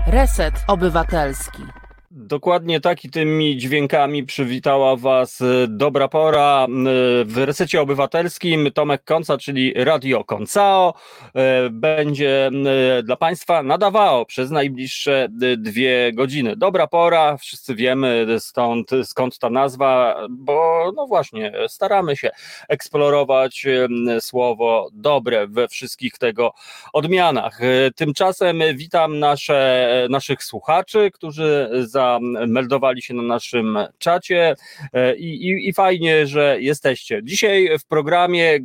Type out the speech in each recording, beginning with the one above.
Reset Obywatelski. Dokładnie tymi dźwiękami przywitała Was dobra pora w Resecie Obywatelskim. Tomek Konca, czyli Radio Koncao, będzie dla Państwa nadawało przez najbliższe 2 godziny. Dobra pora, wszyscy wiemy skąd ta nazwa, bo no właśnie, staramy się eksplorować słowo dobre we wszystkich tego odmianach. Tymczasem witam naszych słuchaczy, którzy zameldowali się na naszym czacie i fajnie, że jesteście. Dzisiaj w programie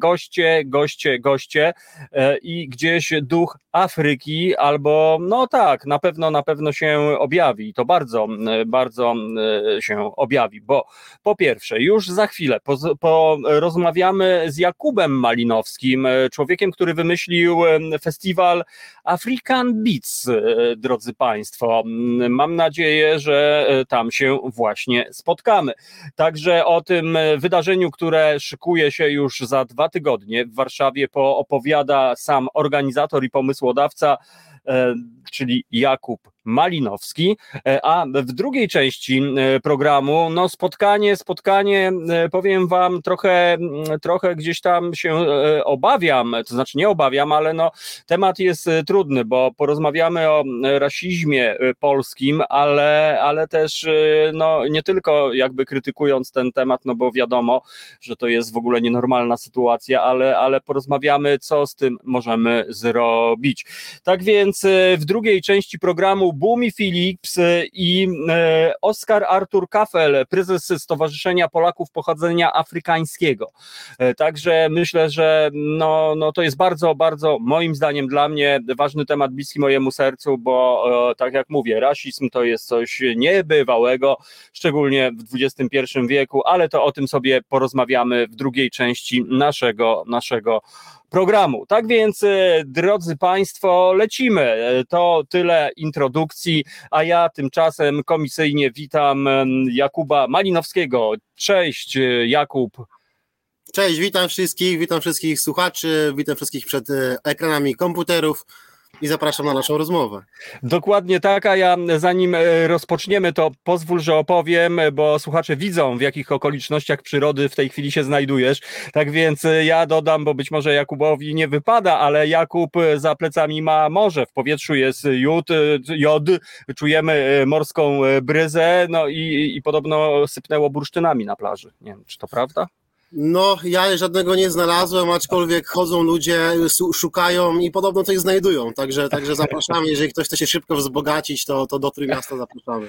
goście i gdzieś duch Afryki albo no tak, na pewno się objawi. To bardzo się objawi, bo po pierwsze już za chwilę porozmawiamy z Jakubem Malinowskim, człowiekiem, który wymyślił festiwal African Beats, drodzy Państwo. Mam nadzieję, że tam się właśnie spotkamy. Także o tym wydarzeniu, które szykuje się już za 2 tygodnie w Warszawie, opowiada sam organizator i pomysłodawca, czyli Jakub Malinowski, a w drugiej części programu spotkanie, powiem Wam, trochę gdzieś tam się obawiam, to znaczy nie obawiam, ale temat jest trudny, bo porozmawiamy o rasizmie polskim, ale też nie tylko jakby krytykując ten temat, bo wiadomo, że to jest w ogóle nienormalna sytuacja, ale porozmawiamy, co z tym możemy zrobić. Tak więc w drugiej części programu Bumi Philips i Oskar Artur Kafel, prezes Stowarzyszenia Polaków Pochodzenia Afrykańskiego. Także myślę, że to jest bardzo moim zdaniem dla mnie ważny temat, bliski mojemu sercu, bo tak jak mówię, rasizm to jest coś niebywałego, szczególnie w XXI wieku, ale to o tym sobie porozmawiamy w drugiej części naszego programu. Tak więc, drodzy Państwo, lecimy. To tyle introdukcji, a ja tymczasem komisyjnie witam Jakuba Malinowskiego. Cześć, Jakub. Cześć, witam wszystkich słuchaczy, witam wszystkich przed ekranami komputerów i zapraszam na naszą rozmowę. Dokładnie tak, a ja zanim rozpoczniemy, to pozwól, że opowiem, bo słuchacze widzą, w jakich okolicznościach przyrody w tej chwili się znajdujesz. Tak więc ja dodam, bo być może Jakubowi nie wypada, ale Jakub za plecami ma morze, w powietrzu jest jod, czujemy morską bryzę, i podobno sypnęło bursztynami na plaży. Nie wiem, czy to prawda? Ja żadnego nie znalazłem, aczkolwiek chodzą ludzie, szukają i podobno coś znajdują, także zapraszamy, jeżeli ktoś chce się szybko wzbogacić, to do Trójmiasta zapraszamy.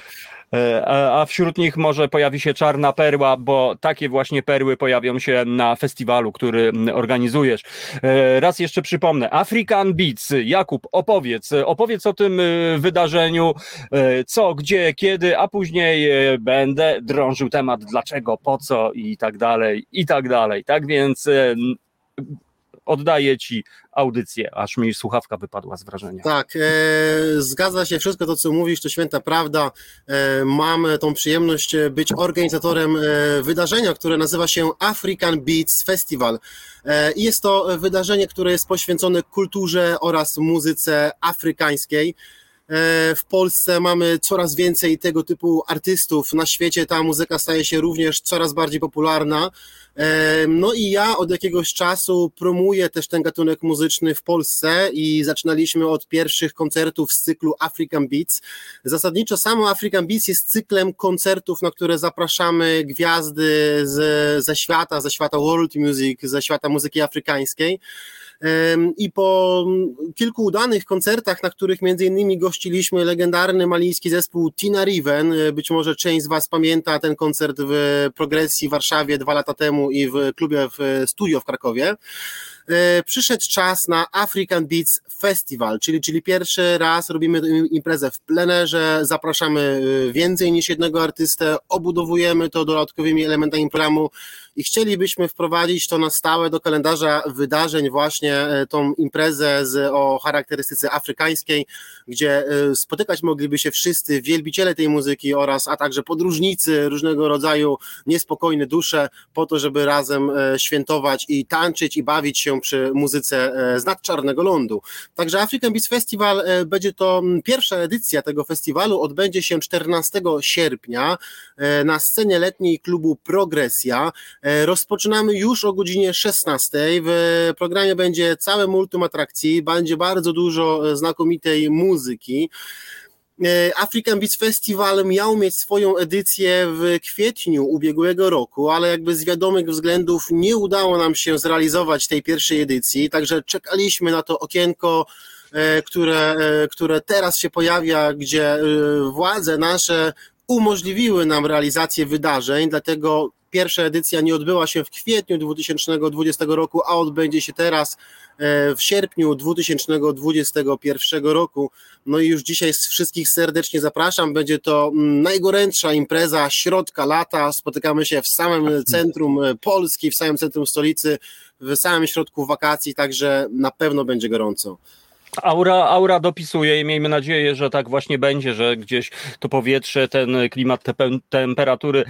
A wśród nich może pojawi się czarna perła, bo takie właśnie perły pojawią się na festiwalu, który organizujesz. Raz jeszcze przypomnę, African Beats. Jakub, opowiedz o tym wydarzeniu, co, gdzie, kiedy, a później będę drążył temat dlaczego, po co i tak dalej. Tak więc oddaję Ci audycję, aż mi słuchawka wypadła z wrażenia. Tak, zgadza się, wszystko to, co mówisz, to święta prawda. Mam tą przyjemność być organizatorem wydarzenia, które nazywa się African Beats Festival. I jest to wydarzenie, które jest poświęcone kulturze oraz muzyce afrykańskiej. W Polsce mamy coraz więcej tego typu artystów, na świecie ta muzyka staje się również coraz bardziej popularna. I ja od jakiegoś czasu promuję też ten gatunek muzyczny w Polsce i zaczynaliśmy od pierwszych koncertów z cyklu African Beats. Zasadniczo samo African Beats jest cyklem koncertów, na które zapraszamy gwiazdy ze świata world music, ze świata muzyki afrykańskiej. I po kilku udanych koncertach, na których między innymi gościliśmy legendarny malijski zespół Tina Riven, być może część z Was pamięta ten koncert w Progresji w Warszawie 2 lata temu i w klubie w Studio w Krakowie, przyszedł czas na African Beats Festival, czyli pierwszy raz robimy imprezę w plenerze, zapraszamy więcej niż jednego artystę, obudowujemy to dodatkowymi elementami programu i chcielibyśmy wprowadzić to na stałe do kalendarza wydarzeń, właśnie tą imprezę o charakterystyce afrykańskiej, gdzie spotykać mogliby się wszyscy wielbiciele tej muzyki a także podróżnicy, różnego rodzaju niespokojne dusze, po to, żeby razem świętować i tańczyć i bawić się poziom przy muzyce z nad Czarnego Lądu. Także African Beats Festival będzie to pierwsza edycja tego festiwalu, odbędzie się 14 sierpnia na scenie letniej klubu Progresja. Rozpoczynamy już o godzinie 16. W programie będzie całe multum atrakcji, będzie bardzo dużo znakomitej muzyki. African Beats Festival miał mieć swoją edycję w kwietniu ubiegłego roku, ale jakby z wiadomych względów nie udało nam się zrealizować tej pierwszej edycji, także czekaliśmy na to okienko, które teraz się pojawia, gdzie władze nasze umożliwiły nam realizację wydarzeń, dlatego pierwsza edycja nie odbyła się w kwietniu 2020 roku, a odbędzie się teraz w sierpniu 2021 roku. No i już dzisiaj wszystkich serdecznie zapraszam. Będzie to najgorętsza impreza środka lata. Spotykamy się w samym centrum Polski, w samym centrum stolicy, w samym środku wakacji, także na pewno będzie gorąco. Aura dopisuje i miejmy nadzieję, że tak właśnie będzie, że gdzieś to powietrze, ten klimat, te temperatury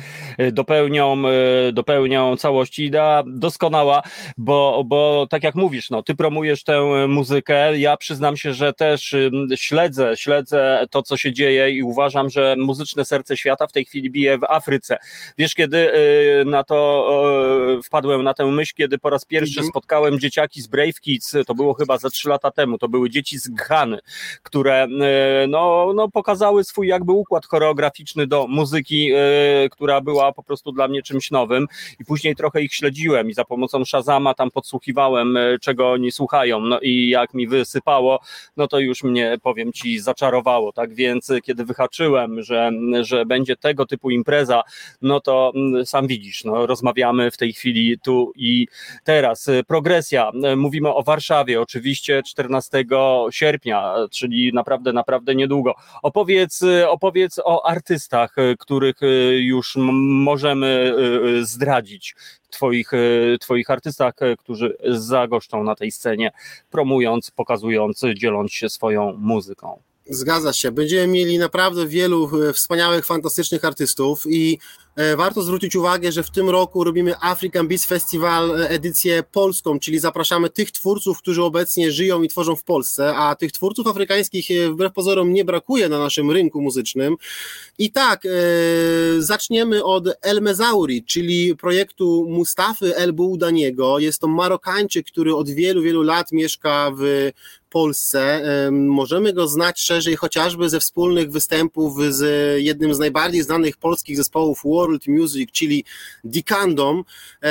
dopełnią całości. Idea doskonała, bo tak jak mówisz, no, ty promujesz tę muzykę, ja przyznam się, że też śledzę to, co się dzieje i uważam, że muzyczne serce świata w tej chwili bije w Afryce. Wiesz, kiedy na to wpadłem na tę myśl, kiedy po raz pierwszy spotkałem dzieciaki z Brave Kids, to było chyba ze 3 lata temu, to były dzieci z Ghany, które no, pokazały swój jakby układ choreograficzny do muzyki, która była po prostu dla mnie czymś nowym i później trochę ich śledziłem i za pomocą Shazama tam podsłuchiwałem, czego oni słuchają, no i jak mi wysypało, no to już mnie, powiem ci, zaczarowało, tak więc kiedy wyhaczyłem, że będzie tego typu impreza, no to sam widzisz, no rozmawiamy w tej chwili tu i teraz. Progresja, mówimy o Warszawie, oczywiście 14 sierpnia, czyli naprawdę niedługo. Opowiedz o artystach, których już możemy zdradzić. Twoich artystach, którzy zagoszczą na tej scenie, promując, pokazując, dzieląc się swoją muzyką. Zgadza się. Będziemy mieli naprawdę wielu wspaniałych, fantastycznych artystów i warto zwrócić uwagę, że w tym roku robimy African Beats Festival edycję polską, czyli zapraszamy tych twórców, którzy obecnie żyją i tworzą w Polsce, a tych twórców afrykańskich wbrew pozorom nie brakuje na naszym rynku muzycznym. I tak, zaczniemy od El Mezauri, czyli projektu Mustafy El Boudaniego. Jest to Marokańczyk, który od wielu lat mieszka w Polsce. Możemy go znać szerzej chociażby ze wspólnych występów z jednym z najbardziej znanych polskich zespołów World Music, czyli Dikandom,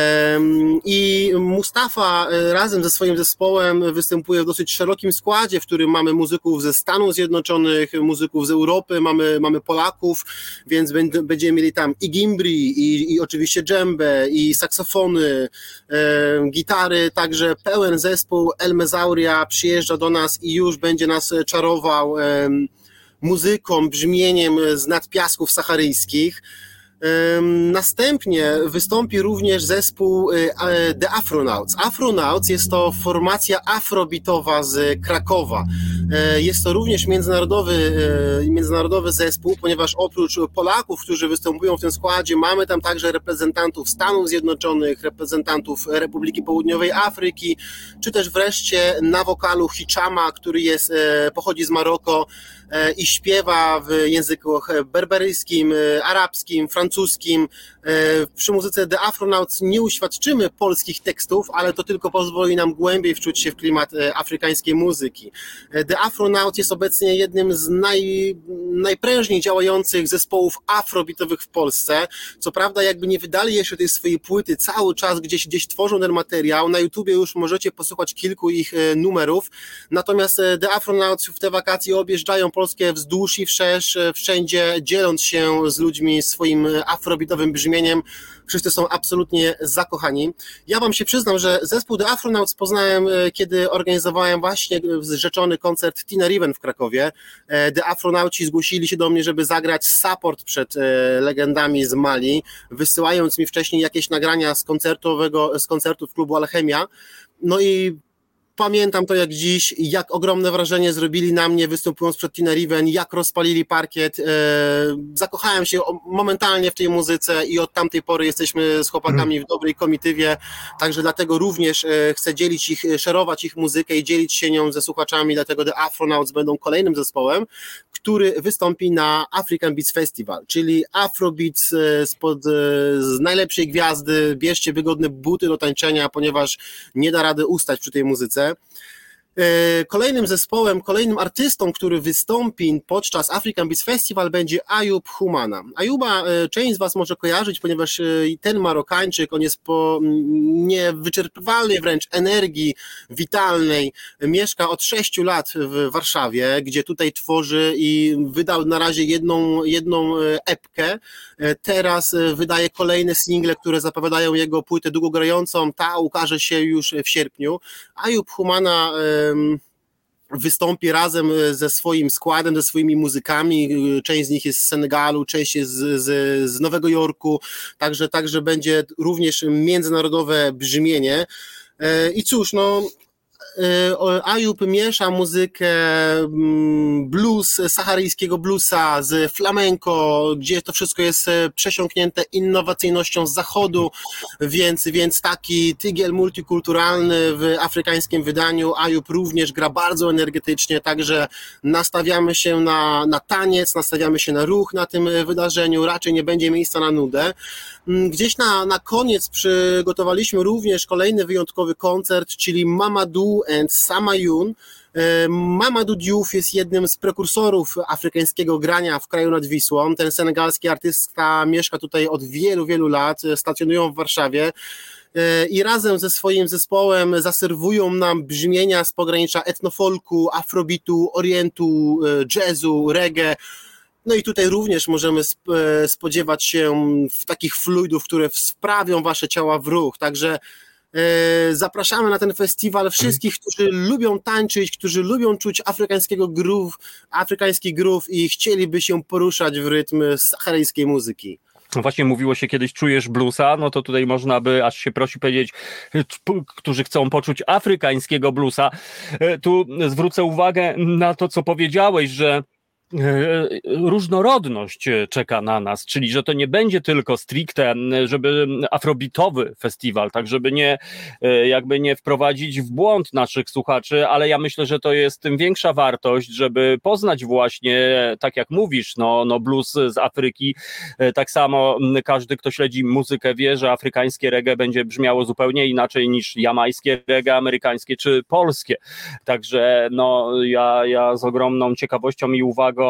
i Mustafa razem ze swoim zespołem występuje w dosyć szerokim składzie, w którym mamy muzyków ze Stanów Zjednoczonych, muzyków z Europy, mamy Polaków, więc będziemy mieli tam i gimbri, i oczywiście dżembę, i saksofony, gitary, także pełen zespół El Mezauria przyjeżdża do nas i już będzie nas czarował muzyką, brzmieniem z nad piasków saharyjskich. Następnie wystąpi również zespół The Afronauts. Afronauts jest to formacja afrobeatowa z Krakowa. Jest to również międzynarodowy zespół, ponieważ oprócz Polaków, którzy występują w tym składzie, mamy tam także reprezentantów Stanów Zjednoczonych, reprezentantów Republiki Południowej Afryki, czy też wreszcie na wokalu Hichama, który pochodzi z Maroko i śpiewa w językach berberyjskim, arabskim, francuskim. Przy muzyce The Afronauts nie uświadczymy polskich tekstów, ale to tylko pozwoli nam głębiej wczuć się w klimat afrykańskiej muzyki. The Afronauts jest obecnie jednym z najprężniej działających zespołów afrobeatowych w Polsce. Co prawda jakby nie wydali jeszcze tej swojej płyty, cały czas gdzieś tworzą ten materiał. Na YouTubie już możecie posłuchać kilku ich numerów. Natomiast The Afronauts w te wakacje objeżdżają Polskę wzdłuż i wszerz, wszędzie dzieląc się z ludźmi swoim afrobeatowym brzmieniem. Wszyscy są absolutnie zakochani. Ja wam się przyznam, że zespół The Afronauts poznałem, kiedy organizowałem właśnie rzeczony koncert Tina Riven w Krakowie. The Afronauci zgłosili się do mnie, żeby zagrać support przed legendami z Mali, wysyłając mi wcześniej jakieś nagrania z koncertów klubu Alchemia. No i Pamiętam to jak dziś, jak ogromne wrażenie zrobili na mnie występując przed Tenerifen, jak rozpalili parkiet. Zakochałem się momentalnie w tej muzyce i od tamtej pory jesteśmy z chłopakami w dobrej komitywie, także dlatego również chcę szerować ich muzykę i dzielić się nią ze słuchaczami, dlatego The Afronauts będą kolejnym zespołem, który wystąpi na African Beats Festival, czyli Afrobeats z najlepszej gwiazdy. Bierzcie wygodne buty do tańczenia, ponieważ nie da rady ustać przy tej muzyce. Kolejnym zespołem, kolejnym artystą, który wystąpi podczas African Beats Festival, będzie Ayub Humana. Ayuba część z was może kojarzyć, ponieważ ten Marokańczyk, on jest po niewyczerpywalnej wręcz energii witalnej, mieszka od 6 lat w Warszawie, gdzie tutaj tworzy i wydał na razie jedną epkę. Teraz wydaje kolejne single, które zapowiadają jego płytę długogrającą. Ta ukaże się już w sierpniu. Ayub Humana wystąpi razem ze swoim składem, ze swoimi muzykami. Część z nich jest z Senegalu, część jest z Nowego Jorku, także będzie również międzynarodowe brzmienie. I cóż, Ayub miesza muzykę blues, saharyjskiego bluesa z flamenco, gdzie to wszystko jest przesiąknięte innowacyjnością z zachodu, więc taki tygiel multikulturalny w afrykańskim wydaniu. Ayub również gra bardzo energetycznie, także nastawiamy się na taniec, nastawiamy się na ruch na tym wydarzeniu, raczej nie będzie miejsca na nudę. Gdzieś na koniec przygotowaliśmy również kolejny wyjątkowy koncert, czyli Mamadou and Samayun. Mamadou Diouf jest jednym z prekursorów afrykańskiego grania w kraju nad Wisłą. Ten senegalski artysta mieszka tutaj od wielu, wielu lat, stacjonują w Warszawie i razem ze swoim zespołem zaserwują nam brzmienia z pogranicza etnofolku, afrobitu, orientu, jazzu, reggae. No i tutaj również możemy spodziewać się takich fluidów, które wprawią wasze ciała w ruch, także zapraszamy na ten festiwal wszystkich, którzy lubią tańczyć, którzy lubią czuć afrykański groove i chcieliby się poruszać w rytm saharyjskiej muzyki. No właśnie mówiło się kiedyś, czujesz bluesa, no to tutaj można by, aż się prosi powiedzieć, którzy chcą poczuć afrykańskiego bluesa. Tu zwrócę uwagę na to, co powiedziałeś, że różnorodność czeka na nas, czyli że to nie będzie tylko stricte, żeby afrobitowy festiwal, tak żeby nie wprowadzić w błąd naszych słuchaczy, ale ja myślę, że to jest tym większa wartość, żeby poznać właśnie, tak jak mówisz, blues z Afryki. Tak samo każdy, kto śledzi muzykę, wie, że afrykańskie reggae będzie brzmiało zupełnie inaczej niż jamańskie reggae, amerykańskie czy polskie. Także ja z ogromną ciekawością i uwagą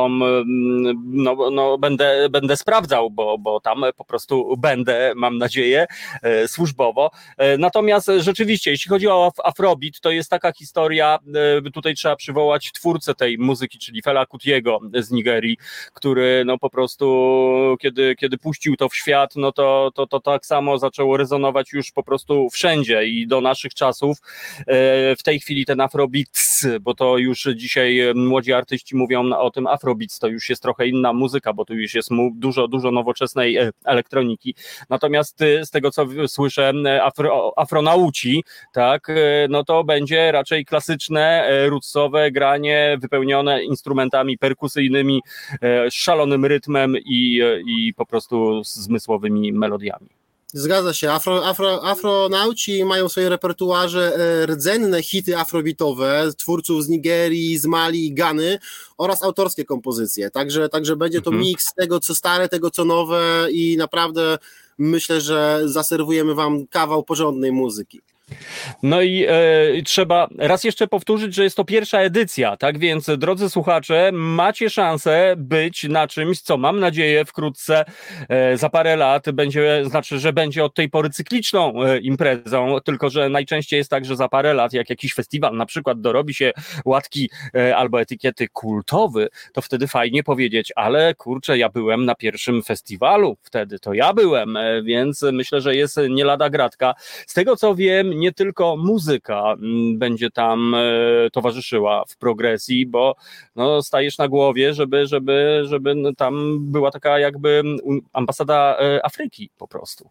będę sprawdzał, bo tam po prostu będę, mam nadzieję, służbowo. Natomiast rzeczywiście, jeśli chodzi o Afrobeat, to jest taka historia, tutaj trzeba przywołać twórcę tej muzyki, czyli Fela Kutiego z Nigerii, który po prostu, kiedy puścił to w świat, to tak samo zaczęło rezonować już po prostu wszędzie i do naszych czasów. W tej chwili ten Afrobeat, bo to już dzisiaj młodzi artyści mówią o tym, Afrobeats to już jest trochę inna muzyka, bo tu już jest dużo nowoczesnej elektroniki. Natomiast z tego, co słyszę, afronauci, tak, to będzie raczej klasyczne, rootsowe granie wypełnione instrumentami perkusyjnymi, szalonym rytmem i po prostu zmysłowymi melodiami. Zgadza się. Afronauci mają w swoim repertuarze rdzenne hity afrobitowe twórców z Nigerii, z Mali i Gany oraz autorskie kompozycje. Także będzie to miks tego, co stare, tego, co nowe i naprawdę myślę, że zaserwujemy wam kawał porządnej muzyki. No i trzeba raz jeszcze powtórzyć, że jest to pierwsza edycja, tak więc drodzy słuchacze, macie szansę być na czymś, co mam nadzieję wkrótce, za parę lat że będzie od tej pory cykliczną imprezą, tylko że najczęściej jest tak, że za parę lat, jak jakiś festiwal na przykład dorobi się łatki albo etykiety kultowy, to wtedy fajnie powiedzieć, ale kurczę, ja byłem na pierwszym festiwalu, wtedy to ja byłem, więc myślę, że jest nie lada gratka. Z tego co wiem, nie tylko muzyka będzie tam towarzyszyła w progresji, bo stajesz na głowie, żeby tam była taka jakby ambasada Afryki po prostu.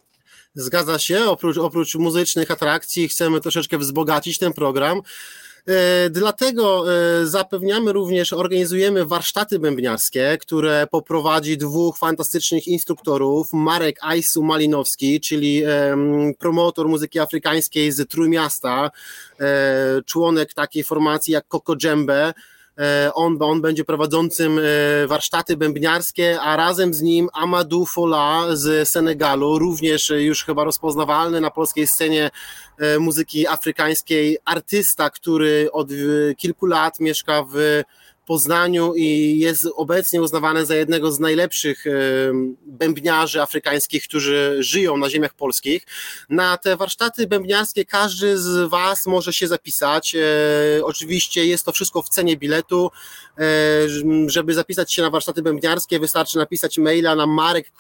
Zgadza się, oprócz muzycznych atrakcji chcemy troszeczkę wzbogacić ten program. Dlatego zapewniamy również, organizujemy warsztaty bębniarskie, które poprowadzi dwóch fantastycznych instruktorów, Marek Ajsu Malinowski, czyli promotor muzyki afrykańskiej z Trójmiasta, członek takiej formacji jak Koko Dżembe. On będzie prowadzącym warsztaty bębniarskie, a razem z nim Amadou Fola z Senegalu, również już chyba rozpoznawalny na polskiej scenie muzyki afrykańskiej, artysta, który od kilku lat mieszka w Poznaniu i jest obecnie uznawany za jednego z najlepszych bębniarzy afrykańskich, którzy żyją na ziemiach polskich. Na te warsztaty bębniarskie każdy z Was może się zapisać. Oczywiście jest to wszystko w cenie biletu. Żeby zapisać się na warsztaty bębniarskie, wystarczy napisać maila na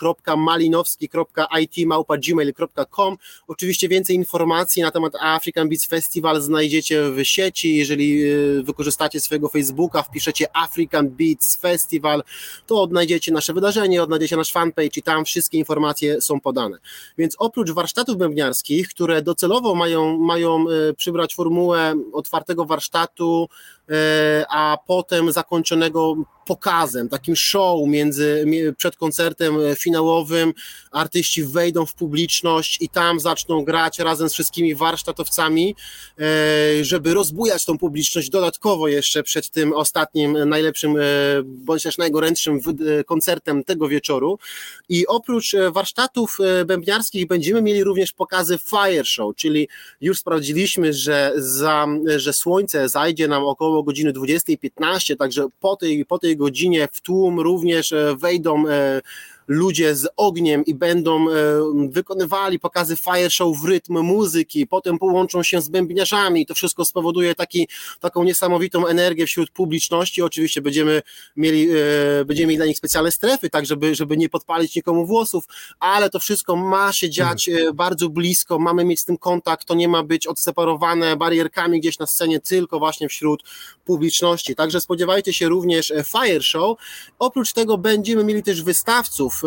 marek.malinowski.it@gmail.com. Oczywiście więcej informacji na temat African Beats Festival znajdziecie w sieci. Jeżeli wykorzystacie swojego Facebooka, wpiszecie African Beats Festival, to odnajdziecie nasze wydarzenie, odnajdziecie nasz fanpage i tam wszystkie informacje są podane. Więc oprócz warsztatów bębniarskich, które docelowo mają przybrać formułę otwartego warsztatu, a potem zakończonego pokazem, takim show przed koncertem finałowym, artyści wejdą w publiczność i tam zaczną grać razem z wszystkimi warsztatowcami, żeby rozbujać tą publiczność dodatkowo jeszcze przed tym ostatnim, najlepszym, bądź też najgorętszym koncertem tego wieczoru. I oprócz warsztatów bębniarskich będziemy mieli również pokazy fire show, czyli już sprawdziliśmy, że słońce zajdzie nam około godziny 20:15, także po tej godzinie w tłum również wejdą ludzie z ogniem i będą wykonywali pokazy fire show w rytm muzyki, potem połączą się z bębniarzami, to wszystko spowoduje taką niesamowitą energię wśród publiczności. Oczywiście będziemy mieli dla nich specjalne strefy, tak żeby nie podpalić nikomu włosów, ale to wszystko ma się dziać bardzo blisko, mamy mieć z tym kontakt, to nie ma być odseparowane barierkami gdzieś na scenie, tylko właśnie wśród publiczności. Także spodziewajcie się również fire show. Oprócz tego będziemy mieli też wystawców,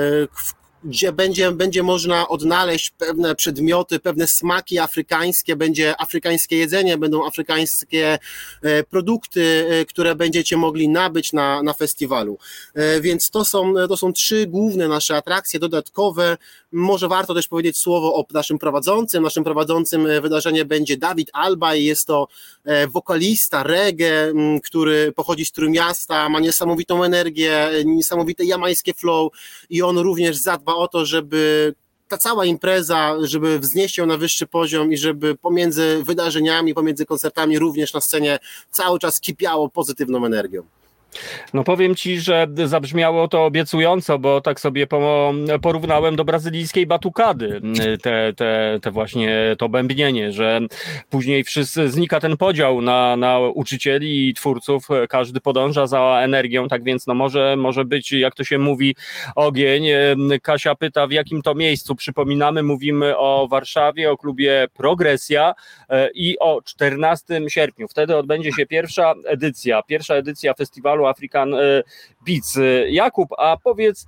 gdzie będzie można odnaleźć pewne przedmioty, pewne smaki afrykańskie, będzie afrykańskie jedzenie, będą afrykańskie produkty, które będziecie mogli nabyć na festiwalu. Więc to są trzy główne nasze atrakcje dodatkowe. Może warto też powiedzieć słowo o naszym prowadzącym. Naszym prowadzącym wydarzenie będzie Dawid Alba i jest to wokalista reggae, który pochodzi z Trójmiasta, ma niesamowitą energię, niesamowite jamańskie flow i on również zadba o to, żeby ta cała impreza, żeby wznieść ją na wyższy poziom i żeby pomiędzy wydarzeniami, pomiędzy koncertami również na scenie cały czas kipiało pozytywną energią. No powiem Ci, że zabrzmiało to obiecująco, bo tak sobie porównałem do brazylijskiej batukady, te właśnie to bębnienie, że później znika ten podział na uczycieli i twórców, każdy podąża za energią, tak więc no może być, jak to się mówi, ogień. Kasia pyta, w jakim to miejscu? Przypominamy, mówimy o Warszawie, o klubie Progresja i o 14 sierpniu. Wtedy odbędzie się pierwsza edycja festiwalu African Beats. Jakub, a powiedz,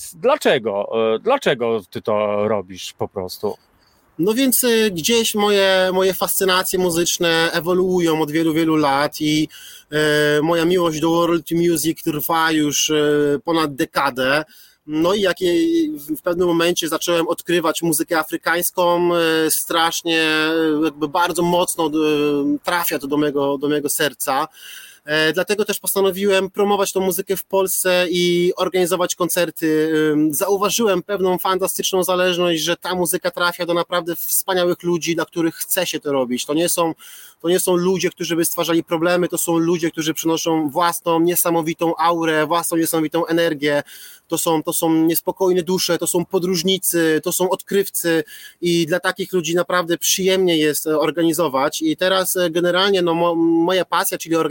dlaczego ty to robisz po prostu? No więc gdzieś moje fascynacje muzyczne ewoluują od wielu, wielu lat i moja miłość do world music trwa już ponad dekadę. No i jak w pewnym momencie zacząłem odkrywać muzykę afrykańską, strasznie jakby bardzo mocno trafia to do mojego serca. Dlatego też postanowiłem promować tą muzykę w Polsce i organizować koncerty. Zauważyłem pewną fantastyczną zależność, że ta muzyka trafia do naprawdę wspaniałych ludzi, dla których chce się to robić. To nie są ludzie, którzy by stwarzali problemy, to są ludzie, którzy przynoszą własną niesamowitą aurę, własną niesamowitą energię. To są niespokojne dusze, to są podróżnicy, to są odkrywcy i dla takich ludzi naprawdę przyjemnie jest organizować. I teraz generalnie moja pasja, czyli organizacja koncertów,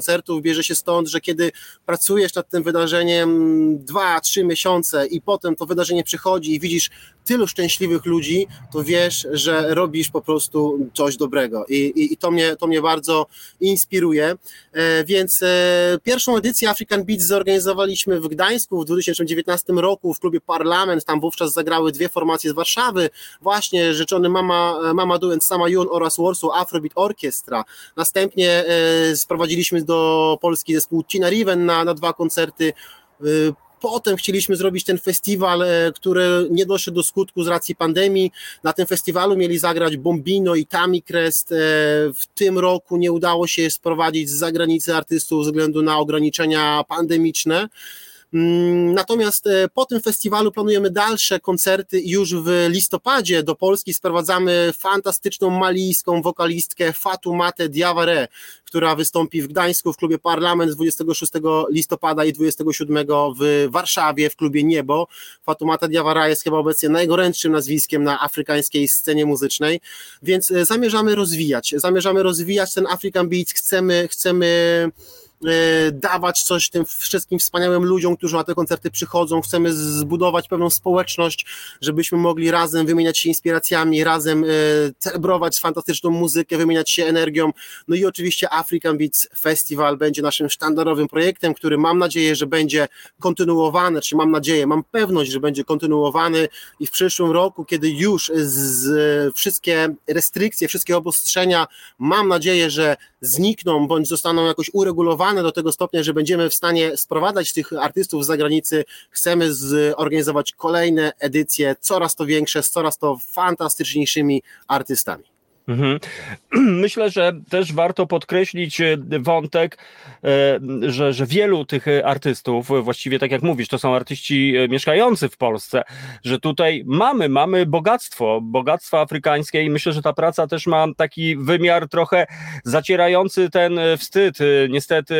koncertów bierze się stąd, że kiedy pracujesz nad tym wydarzeniem 2-3 miesiące i potem to wydarzenie przychodzi i widzisz tylu szczęśliwych ludzi, to wiesz, że robisz po prostu coś dobrego i to mnie bardzo inspiruje, więc pierwszą edycję African Beats zorganizowaliśmy w Gdańsku w 2019 roku w klubie Parlament, tam wówczas zagrały 2 formacje z Warszawy, właśnie rzeczony Mamadou and Sama Yun oraz Warsaw Afrobeat Orchestra. Następnie sprowadziliśmy do Polski zespół Tina Riven na 2 koncerty. Potem chcieliśmy zrobić ten festiwal, który nie doszedł do skutku z racji pandemii. Na tym festiwalu mieli zagrać Bombino i Tami Crest. W tym roku nie udało się sprowadzić z zagranicy artystów ze względu na ograniczenia pandemiczne. Natomiast po tym festiwalu planujemy dalsze koncerty i już w listopadzie do Polski sprowadzamy fantastyczną malijską wokalistkę Fatoumata Diawara, która wystąpi w Gdańsku w klubie Parlament 26 listopada i 27 w Warszawie w klubie Niebo. Fatoumata Diawara jest chyba obecnie najgorętszym nazwiskiem na afrykańskiej scenie muzycznej, więc zamierzamy rozwijać ten African Beats, chcemy dawać coś tym wszystkim wspaniałym ludziom, którzy na te koncerty przychodzą, chcemy zbudować pewną społeczność, żebyśmy mogli razem wymieniać się inspiracjami, razem celebrować fantastyczną muzykę, wymieniać się energią, no i oczywiście African Beats Festival będzie naszym sztandarowym projektem, który mam nadzieję, że będzie kontynuowany, czy mam pewność, że będzie kontynuowany i w przyszłym roku, kiedy już wszystkie restrykcje, wszystkie obostrzenia, mam nadzieję, że znikną, bądź zostaną jakoś uregulowane do tego stopnia, że będziemy w stanie sprowadzać tych artystów z zagranicy. Chcemy zorganizować kolejne edycje, coraz to większe, z coraz to fantastyczniejszymi artystami. Myślę, że też warto podkreślić wątek, że wielu tych artystów, właściwie tak jak mówisz, to są artyści mieszkający w Polsce, że tutaj mamy bogactwo afrykańskie i myślę, że ta praca też ma taki wymiar trochę zacierający ten wstyd, niestety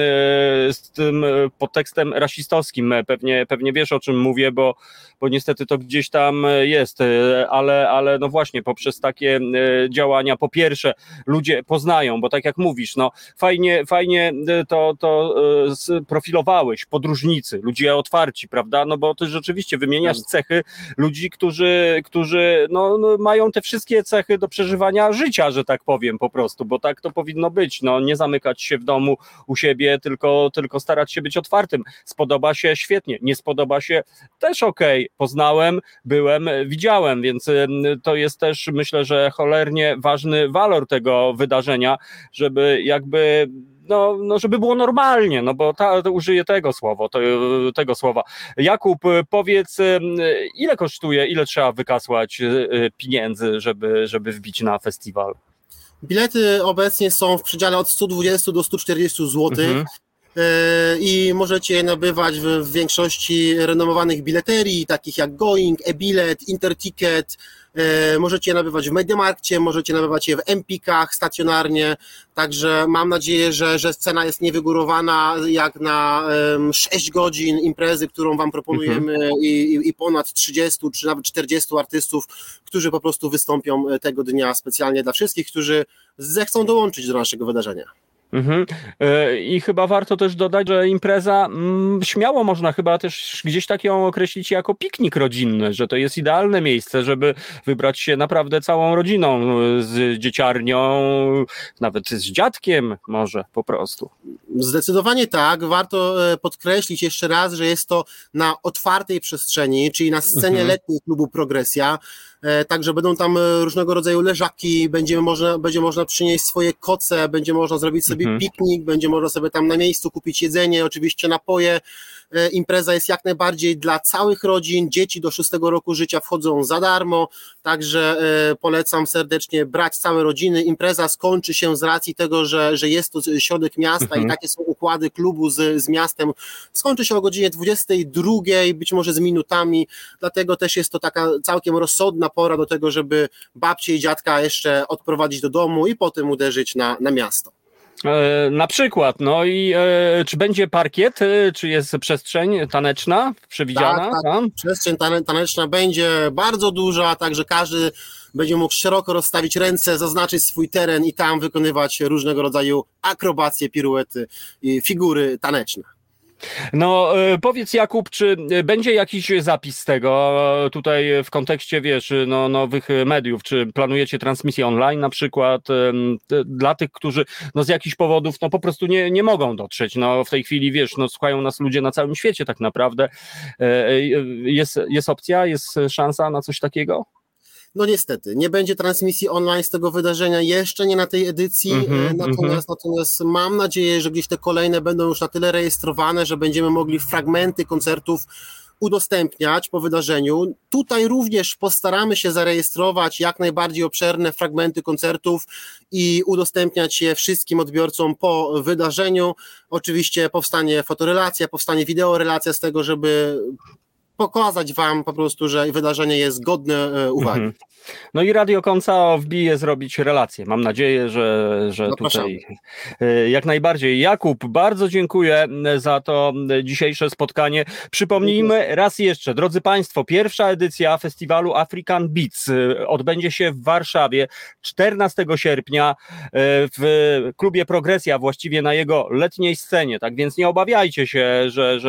z tym podtekstem rasistowskim. Pewnie wiesz, o czym mówię, bo niestety to gdzieś tam jest, ale no właśnie poprzez takie działania, po pierwsze ludzie poznają, bo tak jak mówisz, no fajnie to sprofilowałeś, podróżnicy, ludzie otwarci, prawda, no bo ty rzeczywiście wymieniasz cechy ludzi, którzy mają te wszystkie cechy do przeżywania życia, że tak powiem po prostu, bo tak to powinno być, no nie zamykać się w domu u siebie, tylko starać się być otwartym. Spodoba się, świetnie, nie spodoba się, też okej. Poznałem, byłem, widziałem, więc to jest też, myślę, że cholernie ważny walor tego wydarzenia, żeby jakby żeby było normalnie, no bo użyję tego słowa. Jakub, powiedz, ile kosztuje, ile trzeba wykasłać pieniędzy, żeby wbić na festiwal? Bilety obecnie są w przedziale od 120 do 140 zł. I możecie je nabywać w większości renomowanych bileterii, takich jak Going, e-bilet, Interticket, możecie je nabywać w Mediamarkcie, możecie nabywać je w Empikach stacjonarnie, także mam nadzieję, że cena jest niewygórowana jak na 6 godzin imprezy, którą wam proponujemy i ponad 30 czy nawet 40 artystów, którzy po prostu wystąpią tego dnia specjalnie dla wszystkich, którzy zechcą dołączyć do naszego wydarzenia. I chyba warto też dodać, że impreza śmiało można chyba też gdzieś tak ją określić jako piknik rodzinny, że to jest idealne miejsce, żeby wybrać się naprawdę całą rodziną, z dzieciarnią, nawet z dziadkiem może po prostu. Zdecydowanie tak, warto podkreślić jeszcze raz, że jest to na otwartej przestrzeni, czyli na scenie letniej klubu Progresja, także będą tam różnego rodzaju leżaki, będzie można przynieść swoje koce, będzie można zrobić sobie piknik, będzie można sobie tam na miejscu kupić jedzenie, oczywiście napoje. Impreza jest jak najbardziej dla całych rodzin, dzieci do 6 roku życia wchodzą za darmo, także polecam serdecznie brać całe rodziny. Impreza skończy się z racji tego, że jest to środek miasta i takie są układy klubu z miastem, skończy się o godzinie 22, być może z minutami, dlatego też jest to taka całkiem rozsądna pora do tego, żeby babcię i dziadka jeszcze odprowadzić do domu i potem uderzyć na miasto. Na przykład, no i czy będzie parkiet, czy jest przestrzeń taneczna przewidziana? Tak. Przestrzeń taneczna będzie bardzo duża, także każdy będzie mógł szeroko rozstawić ręce, zaznaczyć swój teren i tam wykonywać różnego rodzaju akrobacje, piruety i figury taneczne. No powiedz, Jakub, czy będzie jakiś zapis z tego tutaj w kontekście, wiesz, no, nowych mediów, czy planujecie transmisję online na przykład dla tych, którzy no, z jakichś powodów no, po prostu nie mogą dotrzeć, no w tej chwili, wiesz, no słuchają nas ludzie na całym świecie tak naprawdę, jest opcja, jest szansa na coś takiego? No niestety, nie będzie transmisji online z tego wydarzenia, jeszcze nie na tej edycji, natomiast mam nadzieję, że gdzieś te kolejne będą już na tyle rejestrowane, że będziemy mogli fragmenty koncertów udostępniać po wydarzeniu. Tutaj również postaramy się zarejestrować jak najbardziej obszerne fragmenty koncertów i udostępniać je wszystkim odbiorcom po wydarzeniu. Oczywiście powstanie fotorelacja, powstanie wideorelacja z tego, żeby pokazać wam po prostu, że wydarzenie jest godne uwagi. No i Radio Koncao wbije zrobić relację. Mam nadzieję, że tutaj jak najbardziej. Jakub, bardzo dziękuję za to dzisiejsze spotkanie. Przypomnijmy raz jeszcze, drodzy Państwo, pierwsza edycja festiwalu African Beats odbędzie się w Warszawie 14 sierpnia w klubie Progresja, właściwie na jego letniej scenie. Tak więc nie obawiajcie się,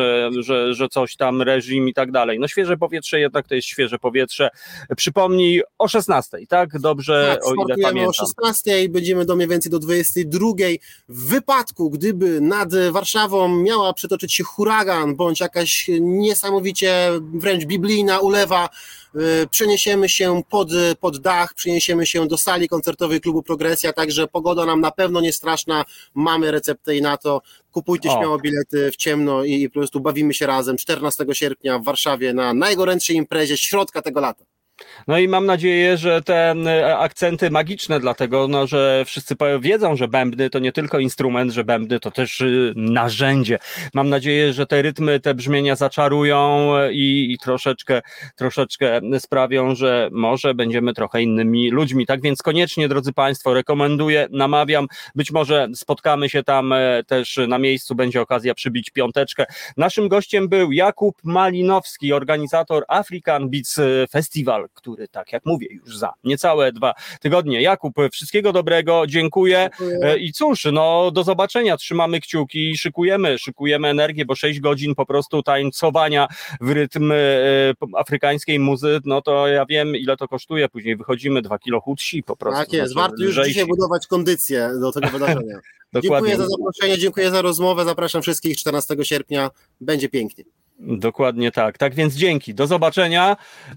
że coś tam reżim i tak dalej. No świeże powietrze jednak to jest świeże powietrze. Przypomnij o 16, tak? Dobrze, tak, o ile pamiętam. O 16, będziemy do mniej więcej do 22. W wypadku, gdyby nad Warszawą miała przetoczyć się huragan, bądź jakaś niesamowicie wręcz biblijna ulewa, przeniesiemy się pod dach, przeniesiemy się do sali koncertowej klubu Progresja, także pogoda nam na pewno nie straszna, mamy receptę i na to. Kupujcie śmiało bilety w ciemno i po prostu bawimy się razem 14 sierpnia w Warszawie na najgorętszej imprezie środka tego lata. No i mam nadzieję, że te akcenty magiczne, dlatego no, że wszyscy wiedzą, że bębny to nie tylko instrument, że bębny to też narzędzie. Mam nadzieję, że te rytmy, te brzmienia zaczarują i troszeczkę sprawią, że może będziemy trochę innymi ludźmi. Tak więc koniecznie, drodzy Państwo, rekomenduję, namawiam. Być może spotkamy się tam też na miejscu, będzie okazja przybić piąteczkę. Naszym gościem był Jakub Malinowski, organizator African Beats Festival, który, tak jak mówię, już za niecałe 2 tygodnie. Jakub, wszystkiego dobrego, dziękuję. I cóż, no do zobaczenia, trzymamy kciuki, szykujemy energię, bo 6 godzin po prostu tańcowania w rytm afrykańskiej muzy, no to ja wiem, ile to kosztuje, później wychodzimy 2 kilo chudsi po prostu. Tak jest, warto już dzisiaj budować kondycję do tego wydarzenia. Dziękuję za zaproszenie, dziękuję za rozmowę, zapraszam wszystkich 14 sierpnia, będzie pięknie. Dokładnie tak. Tak więc dzięki. Do zobaczenia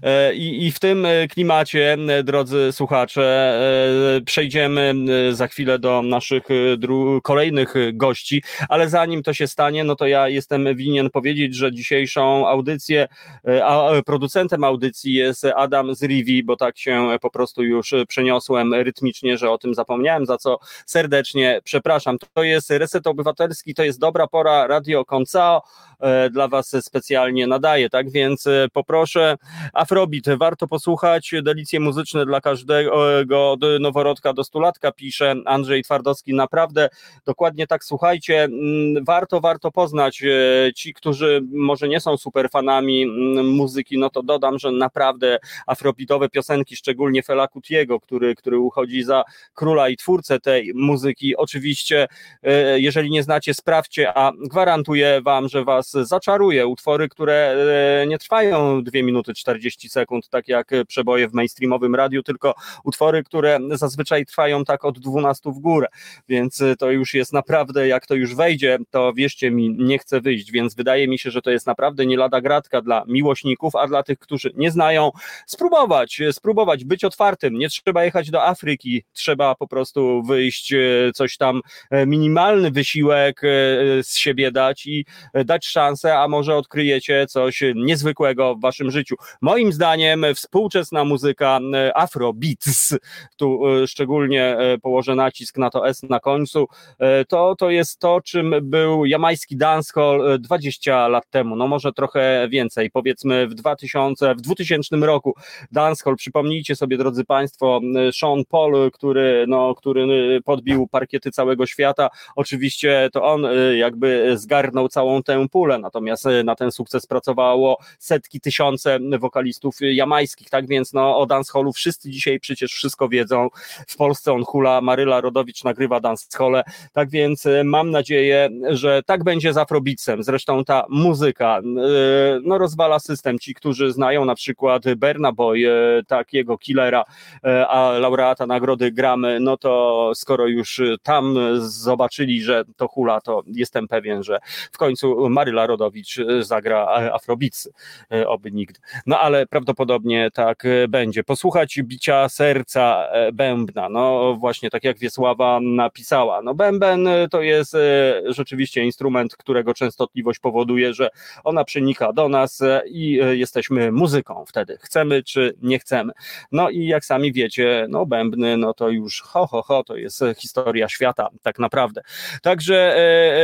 i w tym klimacie, drodzy słuchacze, przejdziemy za chwilę do naszych kolejnych gości, ale zanim to się stanie, no to ja jestem winien powiedzieć, że dzisiejszą audycję, producentem audycji jest Adam z Rivi, bo tak się po prostu już przeniosłem rytmicznie, że o tym zapomniałem, za co serdecznie przepraszam. To jest Reset Obywatelski, to jest dobra pora, Radio Koncao dla was specjalnie nadaje, tak więc poproszę Afrobeat, warto posłuchać, delicje muzyczne dla każdego, od noworodka do stulatka, pisze Andrzej Twardowski, naprawdę dokładnie tak, słuchajcie, warto poznać, ci, którzy może nie są super fanami muzyki, no to dodam, że naprawdę afrobeatowe piosenki, szczególnie Fela Kutiego, który uchodzi za króla i twórcę tej muzyki, oczywiście jeżeli nie znacie, sprawdźcie, a gwarantuję wam, że was zaczaruje. Utwory, które nie trwają 2 minuty 40 sekund, tak jak przeboje w mainstreamowym radiu, tylko utwory, które zazwyczaj trwają tak od 12 w górę, więc to już jest naprawdę, jak to już wejdzie, to wierzcie mi, nie chce wyjść, więc wydaje mi się, że to jest naprawdę nie lada gratka dla miłośników, a dla tych, którzy nie znają, spróbować być otwartym, nie trzeba jechać do Afryki, trzeba po prostu wyjść, coś tam, minimalny wysiłek z siebie dać i dać szansę, a może odkryjecie coś niezwykłego w waszym życiu. Moim zdaniem współczesna muzyka Afrobeats, tu szczególnie położę nacisk na to S na końcu, to jest to, czym był jamajski dancehall 20 lat temu, no może trochę więcej, powiedzmy w 2000 roku dancehall, przypomnijcie sobie, drodzy państwo, Sean Paul, który podbił parkiety całego świata, oczywiście to on jakby zgarnął całą tę pulę, natomiast na ten sukces pracowało setki, tysiące wokalistów jamajskich, tak więc o dancehallu wszyscy dzisiaj przecież wszystko wiedzą, w Polsce on hula, Maryla Rodowicz nagrywa dancehalle, tak więc mam nadzieję, że tak będzie z Afrobeatsem, zresztą ta muzyka rozwala system, ci, którzy znają na przykład Burna Boy, takiego killera, a laureata nagrody Grammy, no to skoro już tam zobaczyli, że to hula, to jestem pewien, że w końcu Maryla Rodowicz zagra Afrobeats, oby nigdy. No ale prawdopodobnie tak będzie. Posłuchać bicia serca bębna, no właśnie tak jak Wiesława napisała. No bęben to jest rzeczywiście instrument, którego częstotliwość powoduje, że ona przenika do nas i jesteśmy muzyką wtedy. Chcemy czy nie chcemy. No i jak sami wiecie, no bębny, no to już to jest historia świata tak naprawdę. Także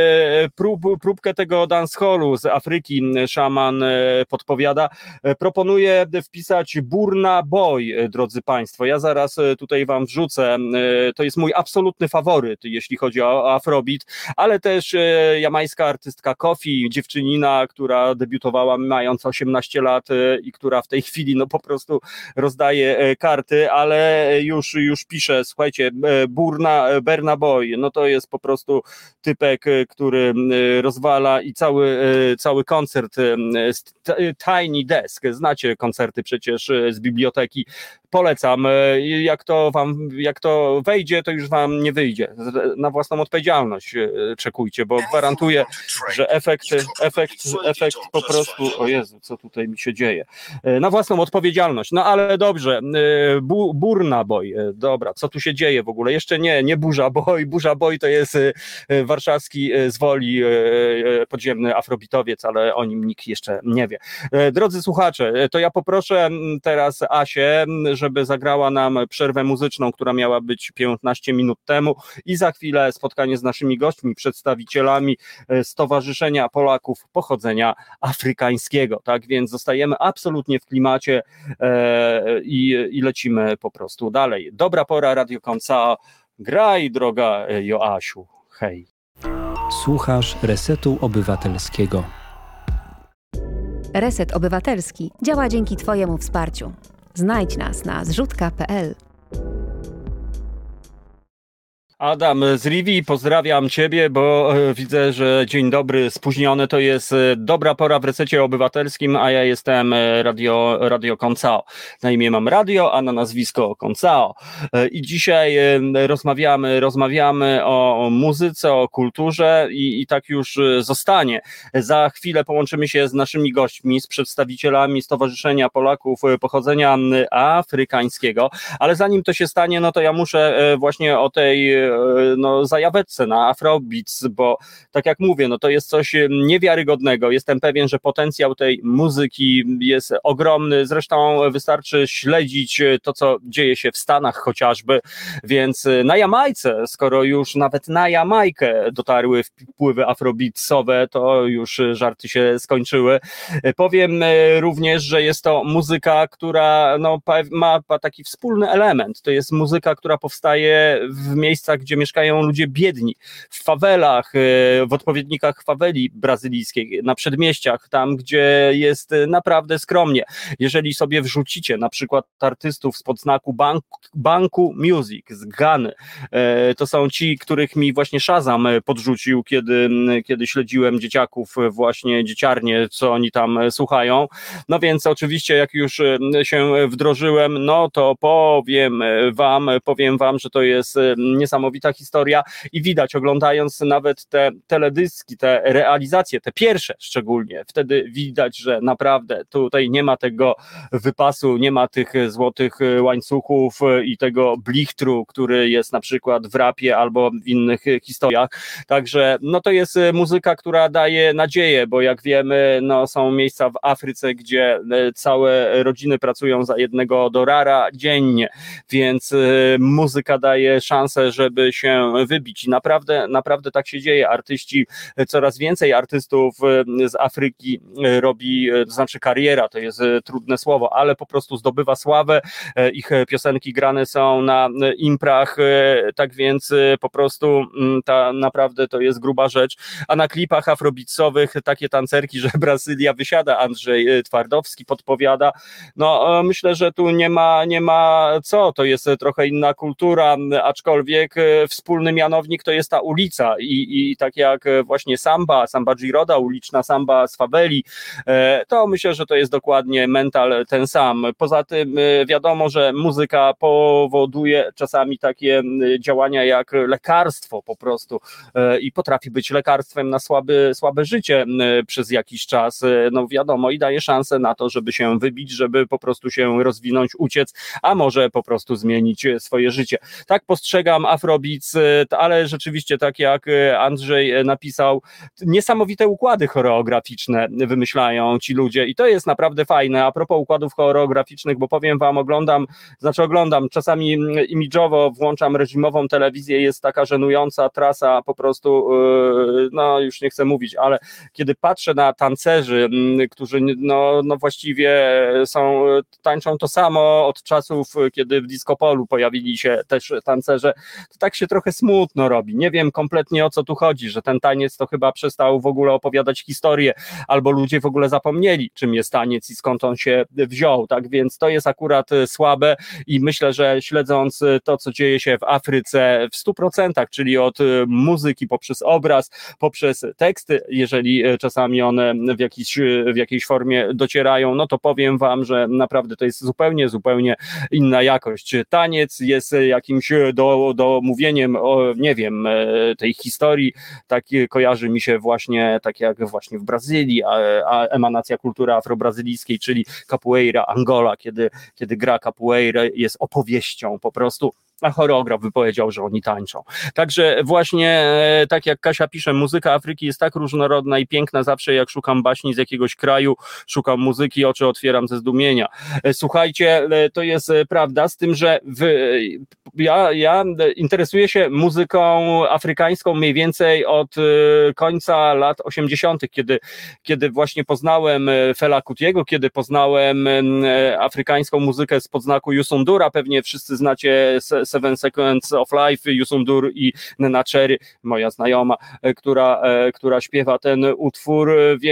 próbkę tego dancehallu z Afryki szaman podpowiada. Proponuję wpisać Burna Boy, drodzy państwo. Ja zaraz tutaj wam wrzucę. To jest mój absolutny faworyt, jeśli chodzi o Afrobeat, ale też jamajska artystka Kofi, dziewczynina, która debiutowała mając 18 lat i która w tej chwili no po prostu rozdaje karty, ale już pisze, słuchajcie, Burna Boy, no to jest po prostu typek, który rozwala i cały koncert Tiny Desk, znacie koncerty przecież z biblioteki, polecam, jak to wejdzie, to już wam nie wyjdzie, na własną odpowiedzialność czekujcie, bo gwarantuję, że efekt po prostu, o Jezu, co tutaj mi się dzieje, na własną odpowiedzialność, no ale dobrze, Burna Boy, dobra, co tu się dzieje w ogóle, jeszcze nie Burza Boy to jest warszawski z Woli podziemny afrobitowiec, ale o nim nikt jeszcze nie wie. Drodzy słuchacze, to ja poproszę teraz Asię, żeby zagrała nam przerwę muzyczną, która miała być 15 minut temu i za chwilę spotkanie z naszymi gośćmi, przedstawicielami Stowarzyszenia Polaków Pochodzenia Afrykańskiego. Tak więc zostajemy absolutnie w klimacie i lecimy po prostu dalej. Dobra pora, Radio Koncao. Graj, droga Joasiu. Hej. Słuchasz Resetu Obywatelskiego. Reset Obywatelski działa dzięki Twojemu wsparciu. Znajdź nas na zrzutka.pl. Adam z Rivi, pozdrawiam Ciebie, bo widzę, że dzień dobry spóźniony, to jest dobra pora w Resecie Obywatelskim, a ja jestem Radio Koncao. Na imię mam radio, a na nazwisko Koncao. I dzisiaj rozmawiamy o muzyce, o kulturze i tak już zostanie. Za chwilę połączymy się z naszymi gośćmi, z przedstawicielami Stowarzyszenia Polaków Pochodzenia Afrykańskiego, ale zanim to się stanie, no to ja muszę właśnie o tej zajaweczce na Afrobeats, bo tak jak mówię, no to jest coś niewiarygodnego. Jestem pewien, że potencjał tej muzyki jest ogromny. Zresztą wystarczy śledzić to, co dzieje się w Stanach chociażby, więc na Jamajce, skoro już nawet na Jamajkę dotarły wpływy afrobeatsowe, to już żarty się skończyły. Powiem również, że jest to muzyka, która ma taki wspólny element. To jest muzyka, która powstaje w miejscach, gdzie mieszkają ludzie biedni, w fawelach, w odpowiednikach faweli brazylijskiej, na przedmieściach, tam gdzie jest naprawdę skromnie. Jeżeli sobie wrzucicie na przykład artystów spod znaku Banku Music z Gany, to są ci, których mi właśnie Shazam podrzucił, kiedy śledziłem dzieciaków, właśnie dzieciarnie, co oni tam słuchają. No więc oczywiście jak już się wdrożyłem, no to powiem wam, że to jest niesamowite niesamowita historia i widać, oglądając nawet te teledyski, te realizacje, te pierwsze szczególnie, wtedy widać, że naprawdę tutaj nie ma tego wypasu, nie ma tych złotych łańcuchów i tego blichtru, który jest na przykład w rapie albo w innych historiach. Także no to jest muzyka, która daje nadzieję, bo jak wiemy, no są miejsca w Afryce, gdzie całe rodziny pracują za $1 dziennie, więc muzyka daje szansę, żeby się wybić i naprawdę tak się dzieje. Artyści, coraz więcej artystów z Afryki robi, to znaczy kariera, to jest trudne słowo, ale po prostu zdobywa sławę, ich piosenki grane są na imprach, tak więc po prostu naprawdę to jest gruba rzecz, a na klipach afrobeatsowych takie tancerki, że Brazylia wysiada, Andrzej Twardowski podpowiada, no myślę, że tu nie ma co, to jest trochę inna kultura, aczkolwiek wspólny mianownik to jest ta ulica i tak jak właśnie samba Giroda, uliczna samba z faweli, to myślę, że to jest dokładnie mental ten sam. Poza tym wiadomo, że muzyka powoduje czasami takie działania jak lekarstwo po prostu i potrafi być lekarstwem na słabe życie przez jakiś czas, no wiadomo, i daje szansę na to, żeby się wybić, żeby po prostu się rozwinąć, uciec, a może po prostu zmienić swoje życie. Tak postrzegam Afrobeats, ale rzeczywiście tak jak Andrzej napisał, niesamowite układy choreograficzne wymyślają ci ludzie i to jest naprawdę fajne. A propos układów choreograficznych, bo powiem wam, oglądam, czasami imidżowo włączam reżimową telewizję, jest taka żenująca trasa, po prostu, no już nie chcę mówić, ale kiedy patrzę na tancerzy, którzy no właściwie tańczą to samo od czasów, kiedy w disco polu pojawili się też tancerze, to tak się trochę smutno robi. Nie wiem kompletnie, o co tu chodzi, że ten taniec to chyba przestał w ogóle opowiadać historię, albo ludzie w ogóle zapomnieli, czym jest taniec i skąd on się wziął, tak więc to jest akurat słabe i myślę, że śledząc to, co dzieje się w Afryce w 100%, czyli od muzyki poprzez obraz, poprzez teksty, jeżeli czasami one w jakiejś formie docierają, no to powiem wam, że naprawdę to jest zupełnie inna jakość. Taniec jest jakimś domówieniem nie wiem, tej historii, tak kojarzy mi się właśnie, tak jak właśnie w Brazylii, a emanacja kultury afrobrazylijskiej, czyli capoeira, Angola, kiedy gra capoeira jest opowieścią po prostu, a choreograf wypowiedział, że oni tańczą. Także właśnie, tak jak Kasia pisze, muzyka Afryki jest tak różnorodna i piękna, zawsze jak szukam baśni z jakiegoś kraju, szukam muzyki, oczy otwieram ze zdumienia. Słuchajcie, to jest prawda, z tym, że ja interesuję się muzyką afrykańską mniej więcej od końca lat 80., kiedy właśnie poznałem Fela Kutiego, kiedy poznałem afrykańską muzykę spod znaku Youssou N'Doura, pewnie wszyscy znacie Seven Seconds of Life, Youssou N'Dour i Nena Cherry, moja znajoma, która śpiewa ten utwór,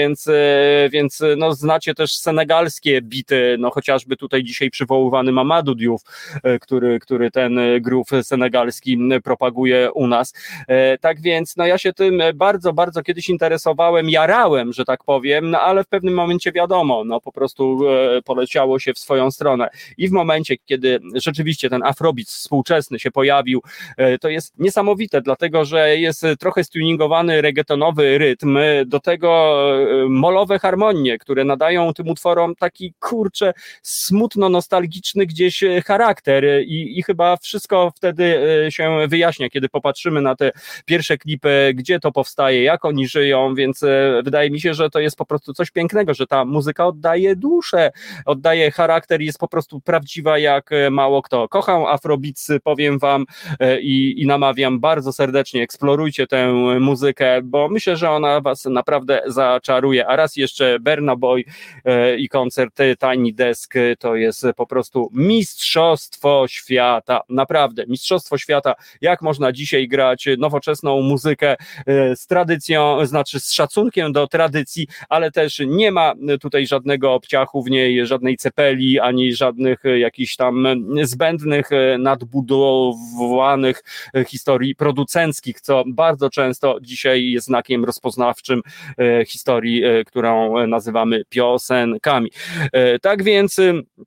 więc no, znacie też senegalskie bity, no chociażby tutaj dzisiaj przywoływany Mamadou Diouf, który ten groove senegalski propaguje u nas. Tak więc no ja się tym bardzo kiedyś interesowałem, jarałem, że tak powiem, no ale w pewnym momencie wiadomo, no po prostu poleciało się w swoją stronę i w momencie, kiedy rzeczywiście ten afrobeat współczesny się pojawił, to jest niesamowite, dlatego że jest trochę stuningowany reggaetonowy rytm, do tego molowe harmonie, które nadają tym utworom taki kurczę smutno nostalgiczny gdzieś charakter i chyba wszystko wtedy się wyjaśnia, kiedy popatrzymy na te pierwsze klipy, gdzie to powstaje, jak oni żyją, więc wydaje mi się, że to jest po prostu coś pięknego, że ta muzyka oddaje duszę, oddaje charakter i jest po prostu prawdziwa jak mało kto. Kocham afrobeatsy, powiem wam i namawiam bardzo serdecznie, eksplorujcie tę muzykę, bo myślę, że ona was naprawdę zaczaruje. A raz jeszcze Burna Boy i koncert Tiny Desk to jest po prostu mistrzostwo świata, naprawdę mistrzostwo świata, jak można dzisiaj grać nowoczesną muzykę z tradycją, znaczy z szacunkiem do tradycji, ale też nie ma tutaj żadnego obciachu w niej, żadnej cepeli, ani żadnych jakichś tam zbędnych, nadbudowanych historii producenckich, co bardzo często dzisiaj jest znakiem rozpoznawczym historii, którą nazywamy piosenkami. Tak więc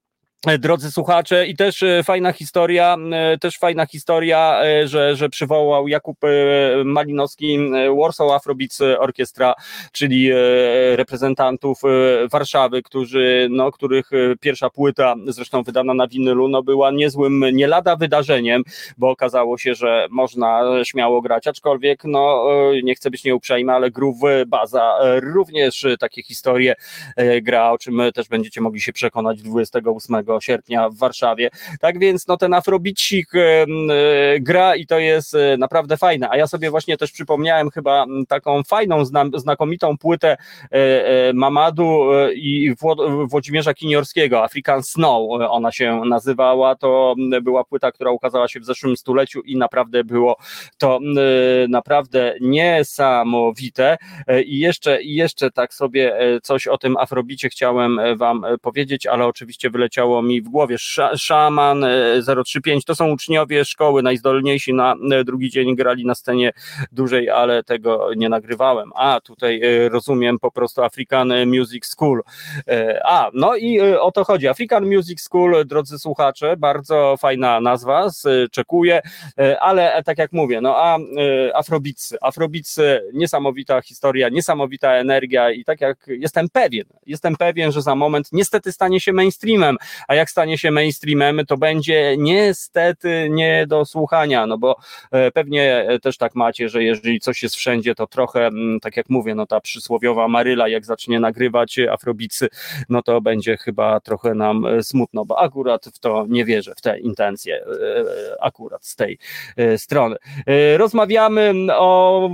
Drodzy słuchacze, i też fajna historia, że przywołał Jakub Malinowski Warsaw Afrobeats Orchestra, czyli reprezentantów Warszawy, których pierwsza płyta, zresztą wydana na winylu, była niezłym, nie lada wydarzeniem, bo okazało się, że można śmiało grać, aczkolwiek nie chcę być nieuprzejmy, ale Groove Baza również takie historie gra, o czym też będziecie mogli się przekonać 28 sierpnia w Warszawie. Tak więc ten afrobicik gra i to jest naprawdę fajne. A ja sobie właśnie też przypomniałem chyba taką fajną, znakomitą płytę Mamadu i Włodzimierza Kiniorskiego, African Snow ona się nazywała. To była płyta, która ukazała się w zeszłym stuleciu i naprawdę było to naprawdę niesamowite. I jeszcze tak sobie coś o tym afrobicie chciałem wam powiedzieć, ale oczywiście wyleciało mi w głowie. Szaman 035 to są uczniowie szkoły, najzdolniejsi na drugi dzień grali na scenie dużej, ale tego nie nagrywałem. A tutaj rozumiem po prostu African Music School. I o to chodzi. African Music School, drodzy słuchacze, bardzo fajna nazwa, czekuję, ale tak jak mówię, Afrobeats, niesamowita historia, niesamowita energia i tak jak jestem pewien, że za moment niestety stanie się mainstreamem, a jak stanie się mainstreamem, to będzie niestety nie do słuchania, bo pewnie też tak macie, że jeżeli coś jest wszędzie, to trochę, tak jak mówię, ta przysłowiowa Maryla, jak zacznie nagrywać afrobeatsy, to będzie chyba trochę nam smutno, bo akurat w to nie wierzę, w te intencje, akurat z tej strony. Rozmawiamy o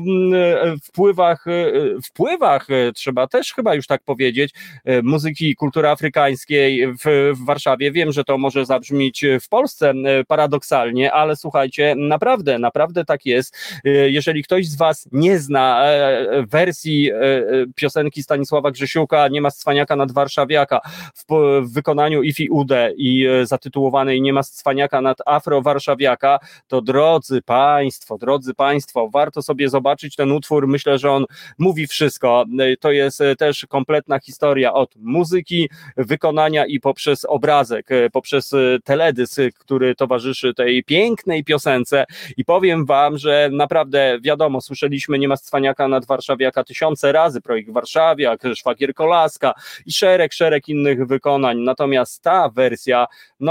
wpływach, trzeba też chyba już tak powiedzieć, muzyki, kultury afrykańskiej w Warszawie. Wiem, że to może zabrzmieć w Polsce paradoksalnie, ale słuchajcie, naprawdę tak jest. Jeżeli ktoś z was nie zna wersji piosenki Stanisława Grzesiuka Nie ma cwaniaka nad warszawiaka w wykonaniu Ifi Ude i zatytułowanej Nie ma cwaniaka nad afro-warszawiaka, to drodzy państwo, warto sobie zobaczyć ten utwór. Myślę, że on mówi wszystko. To jest też kompletna historia od muzyki, wykonania i poprzez obrazek, poprzez teledysk, który towarzyszy tej pięknej piosence. I powiem wam, że naprawdę wiadomo, słyszeliśmy Nie ma cwaniaka nad warszawiaka tysiące razy, Projekt Warszawiak, Szwagier Kolaska i szereg innych wykonań. Natomiast ta wersja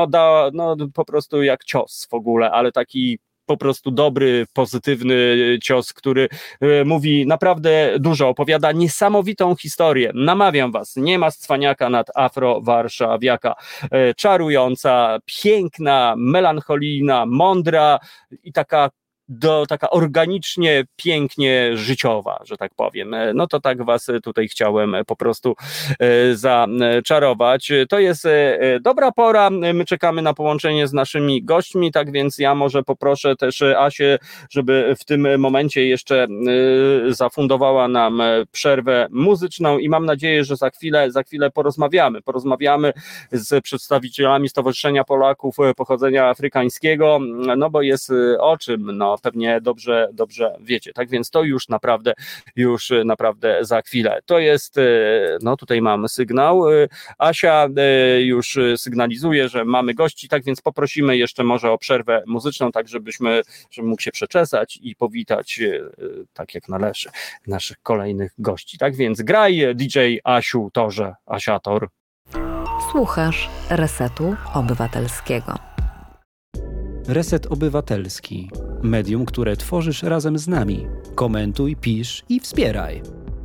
po prostu jak cios w ogóle, ale taki po prostu dobry, pozytywny cios, który mówi naprawdę dużo, opowiada niesamowitą historię. Namawiam was, Nie ma cwaniaka nad afro-warszawiaka. Czarująca, piękna, melancholijna, mądra i taka organicznie, pięknie życiowa, że tak powiem. To tak was tutaj chciałem po prostu zaczarować. To jest dobra pora, my czekamy na połączenie z naszymi gośćmi, tak więc ja może poproszę też Asię, żeby w tym momencie jeszcze zafundowała nam przerwę muzyczną i mam nadzieję, że za chwilę porozmawiamy z przedstawicielami Stowarzyszenia Polaków Pochodzenia Afrykańskiego, bo jest o czym, pewnie dobrze wiecie. Tak więc to już naprawdę za chwilę. To jest, tutaj mamy sygnał. Asia już sygnalizuje, że mamy gości, tak więc poprosimy jeszcze może o przerwę muzyczną, tak żeby mógł się przeczesać i powitać tak jak należy naszych kolejnych gości. Tak więc graj DJ Asiu Torze, Asiator. Słuchasz Resetu Obywatelskiego. Reset Obywatelski. Medium, które tworzysz razem z nami. Komentuj, pisz i wspieraj.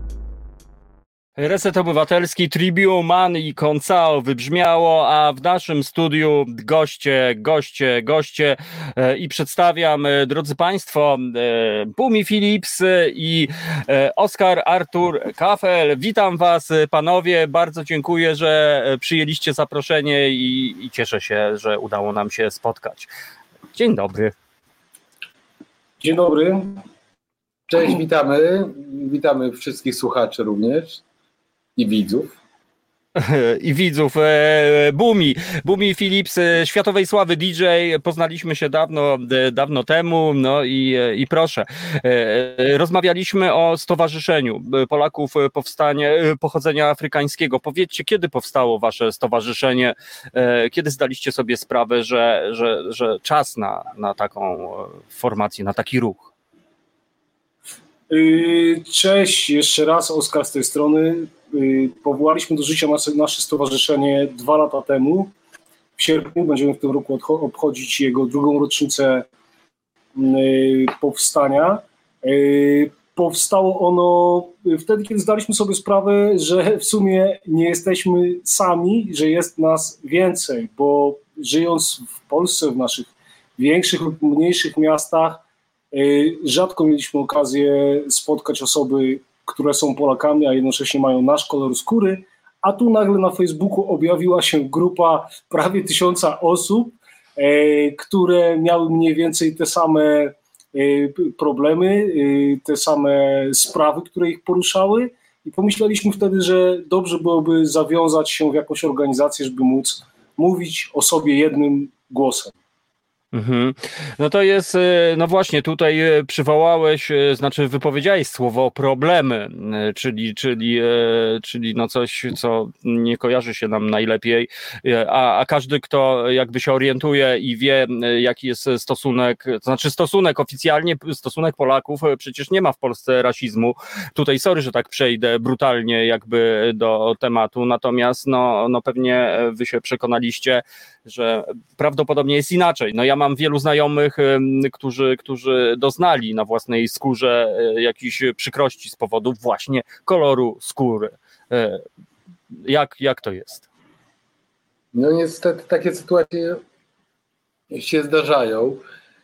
Reset Obywatelski, Tribu, Man i Koncao wybrzmiało, a w naszym studiu goście i przedstawiam, drodzy państwo, Bumi Philips i Oskar Artur Kafel. Witam was, panowie, bardzo dziękuję, że przyjęliście zaproszenie i cieszę się, że udało nam się spotkać. Dzień dobry. Dzień dobry. Cześć, witamy. Witamy wszystkich słuchaczy również i widzów. i widzów. Bumi Philips, światowej sławy DJ, poznaliśmy się dawno temu, no i proszę, rozmawialiśmy o stowarzyszeniu Polaków pochodzenia afrykańskiego. Powiedzcie, kiedy powstało wasze stowarzyszenie, kiedy zdaliście sobie sprawę, że czas na taką formację, na taki ruch? Cześć, jeszcze raz Oskar z tej strony. Powołaliśmy do życia nasze stowarzyszenie 2 lata temu. W sierpniu będziemy w tym roku obchodzić jego 2. rocznicę powstania. Powstało ono wtedy, kiedy zdaliśmy sobie sprawę, że w sumie nie jesteśmy sami, że jest nas więcej, bo żyjąc w Polsce, w naszych większych lub mniejszych miastach, rzadko mieliśmy okazję spotkać osoby, które są Polakami, a jednocześnie mają nasz kolor skóry, a tu nagle na Facebooku objawiła się grupa prawie 1000 osób, które miały mniej więcej te same problemy, te same sprawy, które ich poruszały i pomyśleliśmy wtedy, że dobrze byłoby zawiązać się w jakąś organizację, żeby móc mówić o sobie jednym głosem. No to jest, no właśnie, tutaj przywołałeś, znaczy wypowiedziałeś słowo problemy, czyli no coś, co nie kojarzy się nam najlepiej, a każdy, kto jakby się orientuje i wie, jaki jest stosunek, to znaczy oficjalnie, stosunek Polaków, przecież nie ma w Polsce rasizmu. Tutaj sorry, że tak przejdę brutalnie jakby do tematu, natomiast no pewnie wy się przekonaliście, że prawdopodobnie jest inaczej. No ja mam wielu znajomych, którzy doznali na własnej skórze jakiejś przykrości z powodu właśnie koloru skóry. Jak to jest? No niestety takie sytuacje się zdarzają.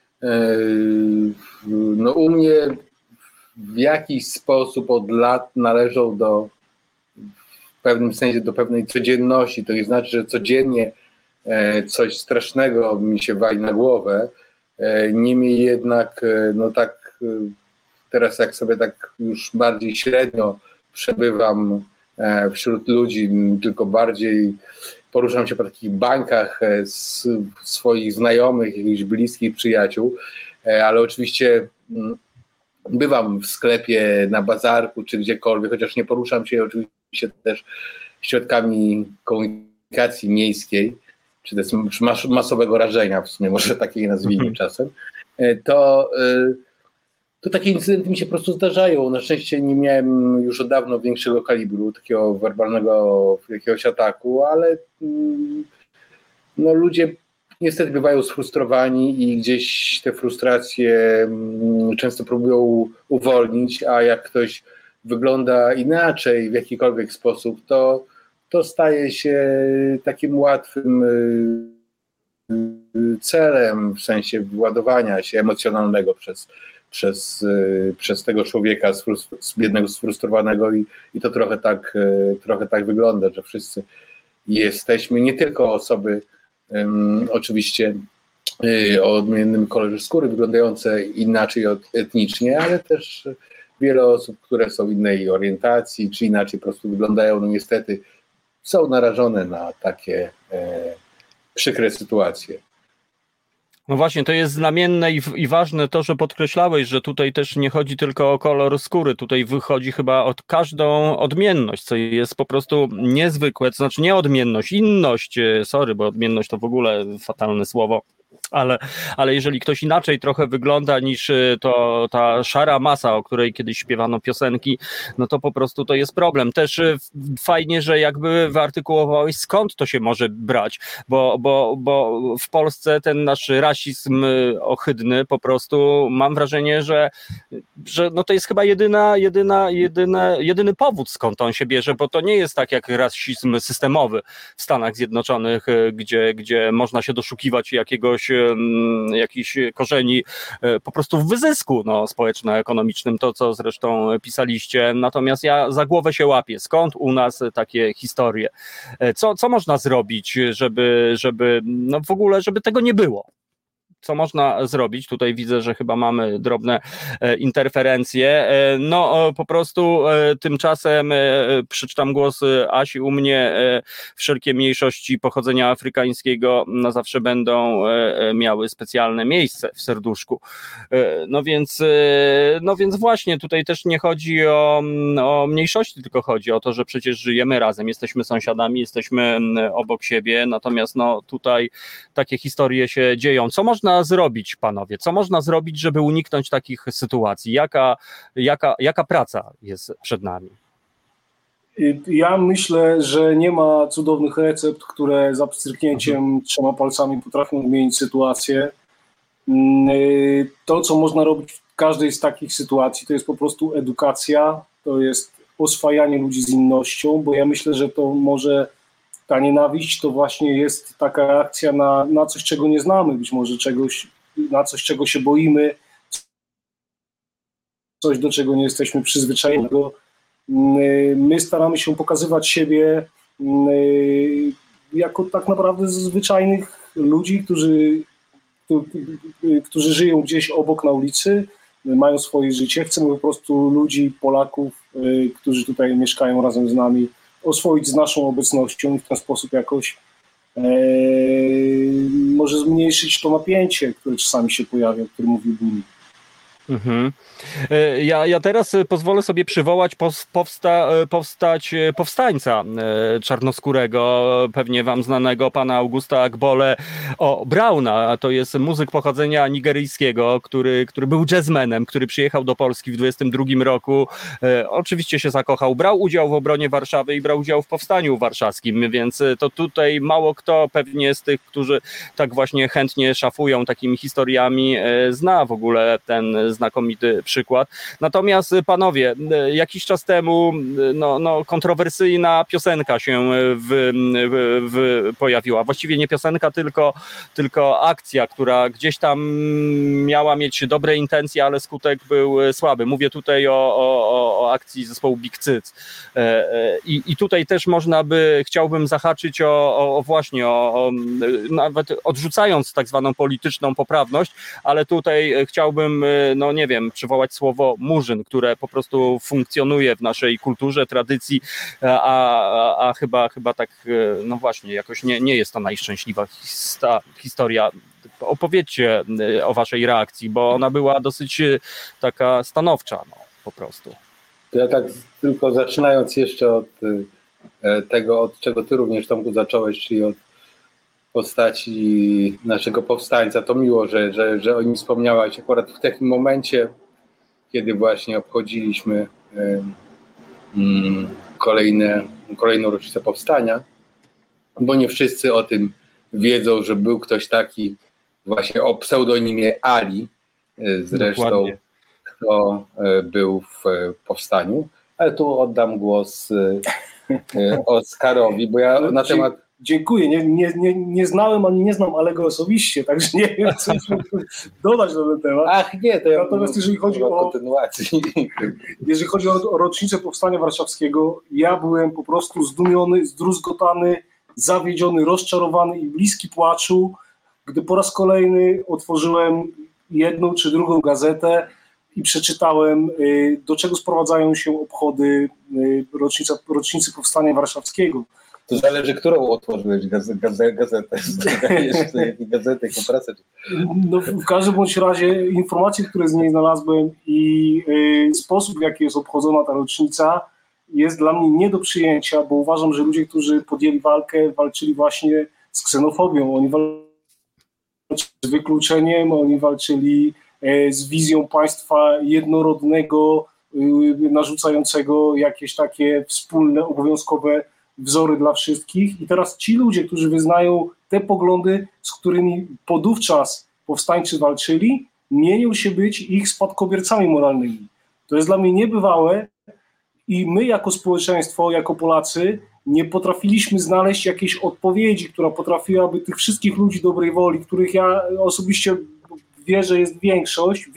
No u mnie w jakiś sposób od lat należą w pewnym sensie do pewnej codzienności. To nie znaczy, że codziennie coś strasznego mi się wali na głowę. Niemniej jednak, no tak teraz jak sobie tak już bardziej średnio przebywam wśród ludzi, tylko bardziej poruszam się po takich bańkach swoich znajomych, jakichś bliskich przyjaciół, ale oczywiście bywam w sklepie, na bazarku czy gdziekolwiek, chociaż nie poruszam się oczywiście też środkami komunikacji miejskiej, czy też masowego rażenia, w sumie może takiej nazwijmy czasem, to takie incydenty mi się po prostu zdarzają. Na szczęście nie miałem już od dawno większego kalibru, takiego werbalnego jakiegoś ataku, ale no, ludzie niestety bywają sfrustrowani i gdzieś te frustracje często próbują uwolnić, a jak ktoś wygląda inaczej w jakikolwiek sposób, to staje się takim łatwym celem w sensie wyładowania się emocjonalnego przez tego człowieka biednego, sfrustrowanego i to trochę tak wygląda, że wszyscy jesteśmy, nie tylko osoby oczywiście o odmiennym kolorze skóry, wyglądające inaczej etnicznie, ale też wiele osób, które są innej orientacji, czy inaczej po prostu wyglądają, no niestety są narażone na takie przykre sytuacje. No właśnie, to jest znamienne i ważne to, że podkreślałeś, że tutaj też nie chodzi tylko o kolor skóry, tutaj wychodzi chyba od każdą odmienność, co jest po prostu niezwykłe, to znaczy nie odmienność, inność, sorry, bo odmienność to w ogóle fatalne słowo, ale jeżeli ktoś inaczej trochę wygląda niż ta szara masa, o której kiedyś śpiewano piosenki, no to po prostu to jest problem. Też fajnie, że jakby wyartykułowałeś, skąd to się może brać, bo w Polsce ten nasz rasizm ohydny po prostu mam wrażenie, że no to jest chyba jedyny powód, skąd on się bierze, bo to nie jest tak jak rasizm systemowy w Stanach Zjednoczonych, gdzie można się doszukiwać jakichś korzeni po prostu w wyzysku społeczno-ekonomicznym, to co zresztą pisaliście. Natomiast ja za głowę się łapię. Skąd u nas takie historie? Co można zrobić, żeby no w ogóle, żeby tego nie było? co można zrobić? Tutaj widzę, że chyba mamy drobne interferencje. No po prostu tymczasem przeczytam głos Asi u mnie. Wszelkie mniejszości pochodzenia afrykańskiego na zawsze będą miały specjalne miejsce w serduszku. No więc właśnie tutaj też nie chodzi o mniejszości, tylko chodzi o to, że przecież żyjemy razem, jesteśmy sąsiadami, jesteśmy obok siebie, natomiast no tutaj takie historie się dzieją. Co można zrobić, panowie? Co można zrobić, żeby uniknąć takich sytuacji? Jaka praca jest przed nami? Ja myślę, że nie ma cudownych recept, które za pstryknięciem 3 palcami potrafią zmienić sytuację. To, co można robić w każdej z takich sytuacji, to jest po prostu edukacja, to jest oswajanie ludzi z innością, bo ja myślę, że to może ta nienawiść to właśnie jest taka reakcja na coś, czego nie znamy, być może na coś, czego się boimy, coś, do czego nie jesteśmy przyzwyczajeni. My staramy się pokazywać siebie jako tak naprawdę zwyczajnych ludzi, którzy żyją gdzieś obok na ulicy, mają swoje życie. Chcemy po prostu ludzi, Polaków, którzy tutaj mieszkają razem z nami, oswoić z naszą obecnością i w ten sposób jakoś może zmniejszyć to napięcie, które czasami się pojawia, o którym mówił Buni. Mhm. Ja teraz pozwolę sobie przywołać powstańca czarnoskórego, pewnie wam znanego, pana Augusta Agbole Browna. To jest muzyk pochodzenia nigeryjskiego, który był jazzmenem, który przyjechał do Polski w 22 roku. Oczywiście się zakochał, brał udział w obronie Warszawy i brał udział w powstaniu warszawskim, więc to tutaj mało kto pewnie z tych, którzy tak właśnie chętnie szafują takimi historiami, zna w ogóle ten znakomity przykład. Natomiast panowie, jakiś czas temu kontrowersyjna piosenka się pojawiła. Właściwie nie piosenka, tylko akcja, która gdzieś tam miała mieć dobre intencje, ale skutek był słaby. Mówię tutaj o akcji zespołu Big Cyc. I tutaj też chciałbym zahaczyć właśnie nawet odrzucając tak zwaną polityczną poprawność, ale tutaj chciałbym przywołać słowo murzyn, które po prostu funkcjonuje w naszej kulturze, tradycji, a chyba tak, no właśnie, jakoś nie jest to najszczęśliwa historia. Opowiedzcie o waszej reakcji, bo ona była dosyć taka stanowcza, po prostu. To ja tak tylko zaczynając jeszcze od tego, od czego ty również, Tomku, zacząłeś, czyli od postaci naszego powstańca. To miło, że o nim wspomniałaś akurat w takim momencie, kiedy właśnie obchodziliśmy kolejną rocznicę powstania, bo nie wszyscy o tym wiedzą, że był ktoś taki właśnie o pseudonimie Ali, zresztą dokładnie. Kto był w powstaniu, ale tu oddam głos Oskarowi, bo ja na temat... Dziękuję. Nie znałem ani nie znam Alego osobiście, także nie wiem, co dodać na ten temat. Ach nie, to ja natomiast jeżeli chodzi o rocznicę Powstania Warszawskiego, ja byłem po prostu zdumiony, zdruzgotany, zawiedziony, rozczarowany i bliski płaczu, gdy po raz kolejny otworzyłem jedną czy drugą gazetę i przeczytałem, do czego sprowadzają się obchody rocznicy Powstania Warszawskiego. To zależy, którą otworzyłeś gazetę. Gazetę, prasę. No, w każdym bądź razie informacje, które z niej znalazłem i sposób, w jaki jest obchodzona ta rocznica, jest dla mnie nie do przyjęcia, bo uważam, że ludzie, którzy podjęli walkę, walczyli właśnie z ksenofobią. Oni walczyli z wykluczeniem, oni walczyli z wizją państwa jednorodnego, narzucającego jakieś takie wspólne, obowiązkowe wzory dla wszystkich. I teraz ci ludzie, którzy wyznają te poglądy, z którymi podówczas powstańcy walczyli, mienią się być ich spadkobiercami moralnymi. To jest dla mnie niebywałe i my jako społeczeństwo, jako Polacy nie potrafiliśmy znaleźć jakiejś odpowiedzi, która potrafiłaby tych wszystkich ludzi dobrej woli, których ja osobiście wiem, że jest większość,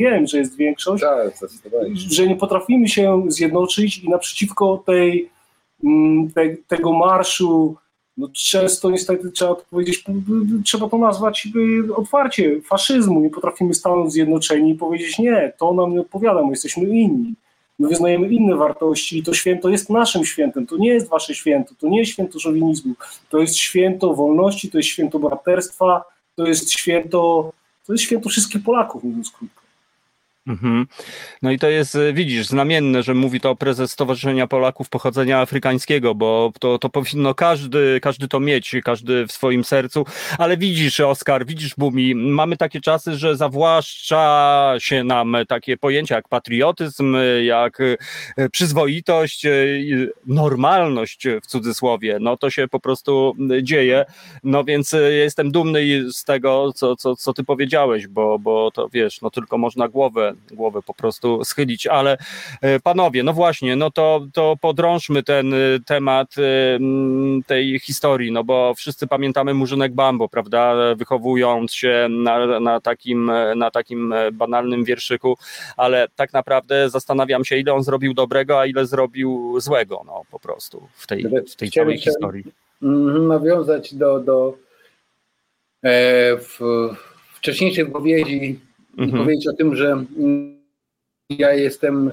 że nie potrafimy się zjednoczyć i naprzeciwko tego marszu No często niestety trzeba powiedzieć, trzeba to nazwać otwarcie, faszyzmu. Nie potrafimy stanąć zjednoczeni i powiedzieć nie, to nam nie odpowiada, my jesteśmy inni. My wyznajemy inne wartości i to święto jest naszym świętem, to nie jest wasze święto, to nie jest święto szowinizmu, to jest święto wolności, to jest święto braterstwa, to jest święto wszystkich Polaków, mówiąc krótko. Mhm. No i to jest, widzisz, znamienne, że mówi to prezes Stowarzyszenia Polaków Pochodzenia Afrykańskiego, bo to powinno każdy to mieć, każdy w swoim sercu, ale widzisz, Oskar, widzisz, Bumi, mamy takie czasy, że zawłaszcza się nam takie pojęcia jak patriotyzm, jak przyzwoitość, normalność w cudzysłowie, no to się po prostu dzieje, no więc jestem dumny z tego, co ty powiedziałeś, bo to wiesz, no tylko można głowę po prostu schylić, ale panowie, no właśnie, no to podrążmy ten temat tej historii, no bo wszyscy pamiętamy Murzynek Bambo, prawda, wychowując się na takim banalnym wierszyku, ale tak naprawdę zastanawiam się, ile on zrobił dobrego, a ile zrobił złego, no po prostu w tej całej historii. Nawiązać do wcześniejszej wypowiedzi i powiedzieć o tym, że ja jestem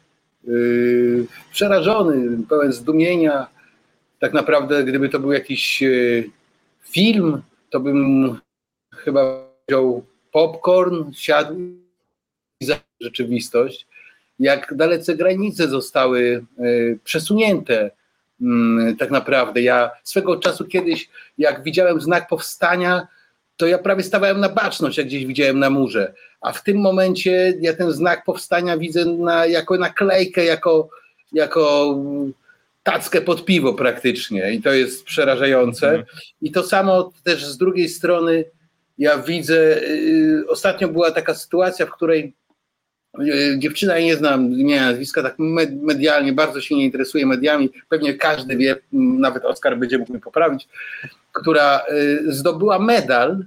przerażony, pełen zdumienia. Tak naprawdę, gdyby to był jakiś film, to bym chyba wziął popcorn, siadł i za rzeczywistość. Jak dalece granice zostały przesunięte tak naprawdę. Ja swego czasu kiedyś, jak widziałem znak powstania, to ja prawie stawałem na baczność, jak gdzieś widziałem na murze. A w tym momencie ja ten znak powstania widzę jako naklejkę, jako tackę pod piwo praktycznie. I to jest przerażające. I to samo też z drugiej strony ja widzę, ostatnio była taka sytuacja, w której dziewczyna, nie znam nazwiska, tak medialnie, bardzo się nie interesuje mediami, pewnie każdy wie, nawet Oskar będzie mógł mnie poprawić, która zdobyła medal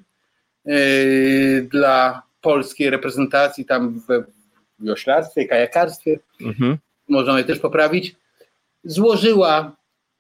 dla polskiej reprezentacji tam w wioślarstwie, kajakarstwie, można mnie też poprawić, złożyła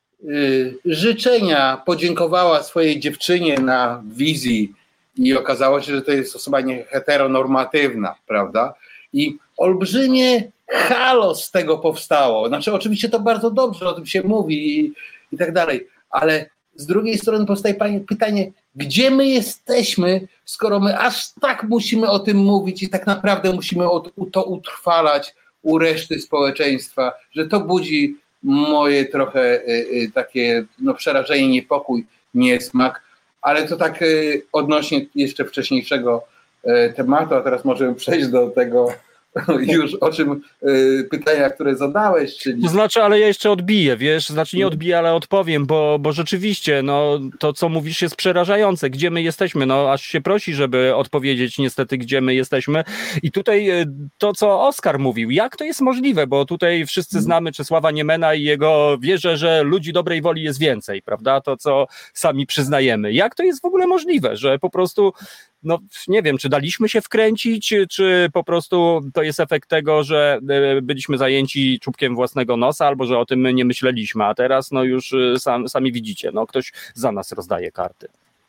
życzenia, podziękowała swojej dziewczynie na wizji i okazało się, że to jest osoba nieheteronormatywna, prawda? I olbrzymie halo z tego powstało. Znaczy oczywiście to bardzo dobrze, o tym się mówi i tak dalej, ale z drugiej strony powstaje pytanie, gdzie my jesteśmy, skoro my aż tak musimy o tym mówić i tak naprawdę musimy to utrwalać u reszty społeczeństwa, że to budzi moje trochę takie przerażenie, niepokój, niesmak, ale to tak odnośnie jeszcze wcześniejszego tematu, a teraz możemy przejść do tego już o czym pytania, które zadałeś. Czyli... To znaczy, ale ja jeszcze odbiję, wiesz, znaczy nie odbiję, ale odpowiem, bo rzeczywiście, no to co mówisz jest przerażające, gdzie my jesteśmy, no aż się prosi, żeby odpowiedzieć niestety, gdzie my jesteśmy i tutaj to, co Oskar mówił, jak to jest możliwe, bo tutaj wszyscy znamy Czesława Niemena i jego wierzę, że ludzi dobrej woli jest więcej, prawda, to co sami przyznajemy, jak to jest w ogóle możliwe, że po prostu no nie wiem, czy daliśmy się wkręcić, czy po prostu to jest efekt tego, że byliśmy zajęci czubkiem własnego nosa, albo że o tym nie myśleliśmy, a teraz no już sami widzicie, no ktoś za nas rozdaje karty.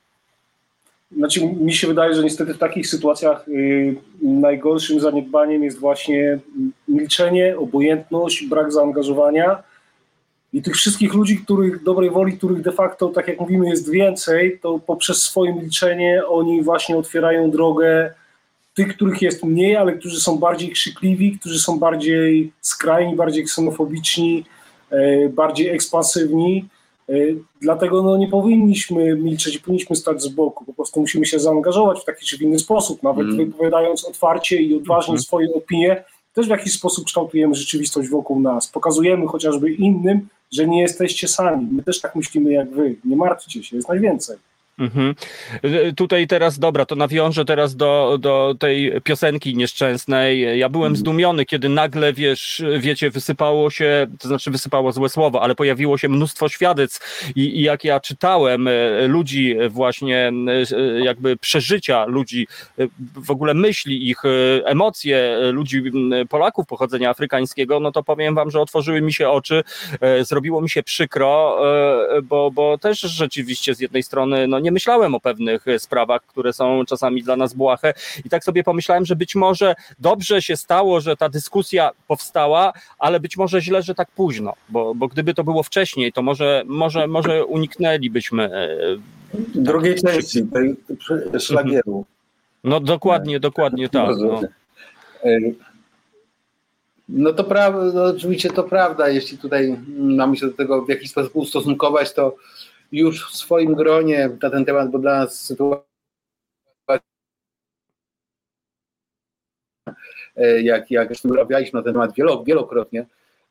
Znaczy mi się wydaje, że niestety w takich sytuacjach najgorszym zaniedbaniem jest właśnie milczenie, obojętność, brak zaangażowania. I tych wszystkich ludzi, których dobrej woli, których de facto, tak jak mówimy, jest więcej, to poprzez swoje milczenie oni właśnie otwierają drogę tych, których jest mniej, ale którzy są bardziej krzykliwi, którzy są bardziej skrajni, bardziej ksenofobiczni, bardziej ekspansywni. Dlatego no, nie powinniśmy milczeć, powinniśmy stać z boku. Po prostu musimy się zaangażować w taki czy w inny sposób, nawet wypowiadając otwarcie i odważnie swoje opinie. Też w jakiś sposób kształtujemy rzeczywistość wokół nas. Pokazujemy chociażby innym, że nie jesteście sami. My też tak myślimy jak wy. Nie martwcie się, jest najwięcej. Tutaj teraz, dobra, to nawiążę teraz do tej piosenki nieszczęsnej. Ja byłem zdumiony, kiedy nagle, wiecie, wysypało złe słowo, ale pojawiło się mnóstwo świadectw i jak ja czytałem ludzi właśnie, jakby przeżycia ludzi, w ogóle myśli, ich emocje ludzi, Polaków pochodzenia afrykańskiego, no to powiem wam, że otworzyły mi się oczy, zrobiło mi się przykro, bo też rzeczywiście z jednej strony no nie myślałem o pewnych sprawach, które są czasami dla nas błahe i tak sobie pomyślałem, że być może dobrze się stało, że ta dyskusja powstała, ale być może źle, że tak późno, bo gdyby to było wcześniej, to może uniknęlibyśmy drugiej części tej szlagieru. No dokładnie tak. No to prawda, no oczywiście to prawda, jeśli tutaj mamy się do tego w jakiś sposób ustosunkować, to już w swoim gronie na ten temat, bo dla nas sytuacja, jak rozmawialiśmy na ten temat wielokrotnie,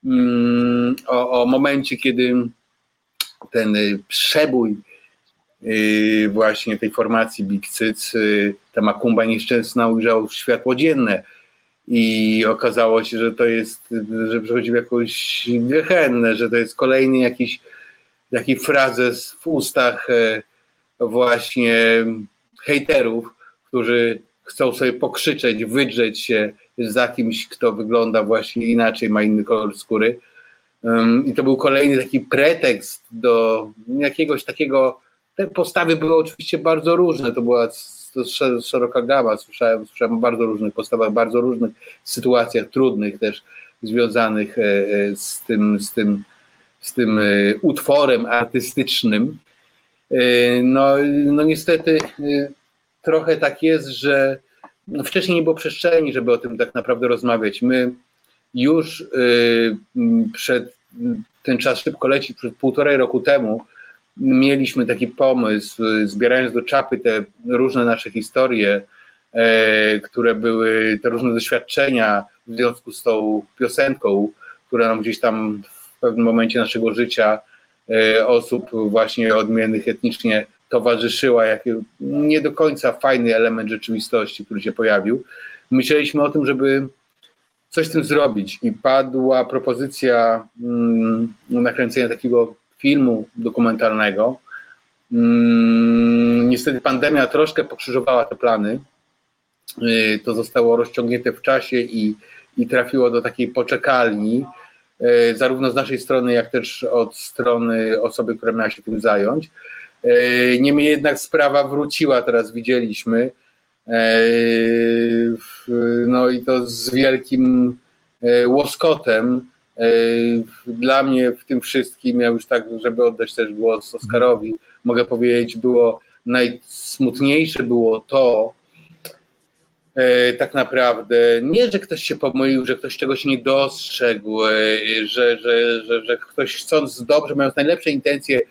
o momencie, kiedy ten przebój właśnie tej formacji Big Cyc, ta Makumba nieszczęsna ujrzał światło dzienne i okazało się, że to jest, że przechodzi w jakąś gehennę, że to jest kolejny jakiś taki frazes w ustach właśnie hejterów, którzy chcą sobie pokrzyczeć, wydrzeć się za kimś, kto wygląda właśnie inaczej, ma inny kolor skóry. I to był kolejny taki pretekst do jakiegoś takiego. Te postawy były oczywiście bardzo różne, to była szeroka gama, słyszałem o bardzo różnych postawach, bardzo różnych sytuacjach trudnych też związanych z tym utworem artystycznym. No niestety trochę tak jest, że wcześniej nie było przestrzeni, żeby o tym tak naprawdę rozmawiać. My już ten czas szybko leci, przed 1,5 roku temu mieliśmy taki pomysł, zbierając do czapy te różne nasze historie, które były, te różne doświadczenia w związku z tą piosenką, która nam gdzieś tam w pewnym momencie naszego życia osób właśnie odmiennych etnicznie towarzyszyła, jaki nie do końca fajny element rzeczywistości, który się pojawił. Myśleliśmy o tym, żeby coś z tym zrobić i padła propozycja nakręcenia takiego filmu dokumentalnego. Niestety pandemia troszkę pokrzyżowała te plany. To zostało rozciągnięte w czasie i trafiło do takiej poczekalni, zarówno z naszej strony, jak też od strony osoby, która miała się tym zająć. Niemniej jednak sprawa wróciła, teraz widzieliśmy. No i to z wielkim łoskotem. Dla mnie w tym wszystkim, ja już tak, żeby oddać też głos Oskarowi, mogę powiedzieć, było najsmutniejsze było to, tak naprawdę, nie, że ktoś się pomylił, że ktoś czegoś nie dostrzegł, że ktoś chcąc dobrze, mając najlepsze intencje,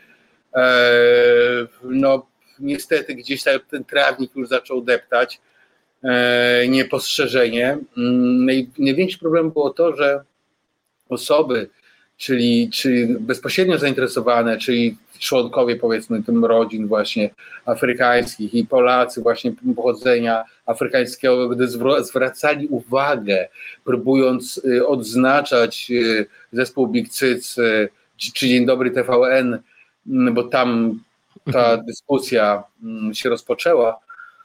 no niestety gdzieś ten trawnik już zaczął deptać niepostrzeżenie. Największy problem było to, że osoby, czyli bezpośrednio zainteresowane, czyli członkowie powiedzmy tym rodzin właśnie afrykańskich i Polacy właśnie pochodzenia afrykańskiego, gdy zwracali uwagę, próbując odznaczać zespół Big Cyc czy Dzień Dobry TVN, bo tam ta dyskusja się rozpoczęła,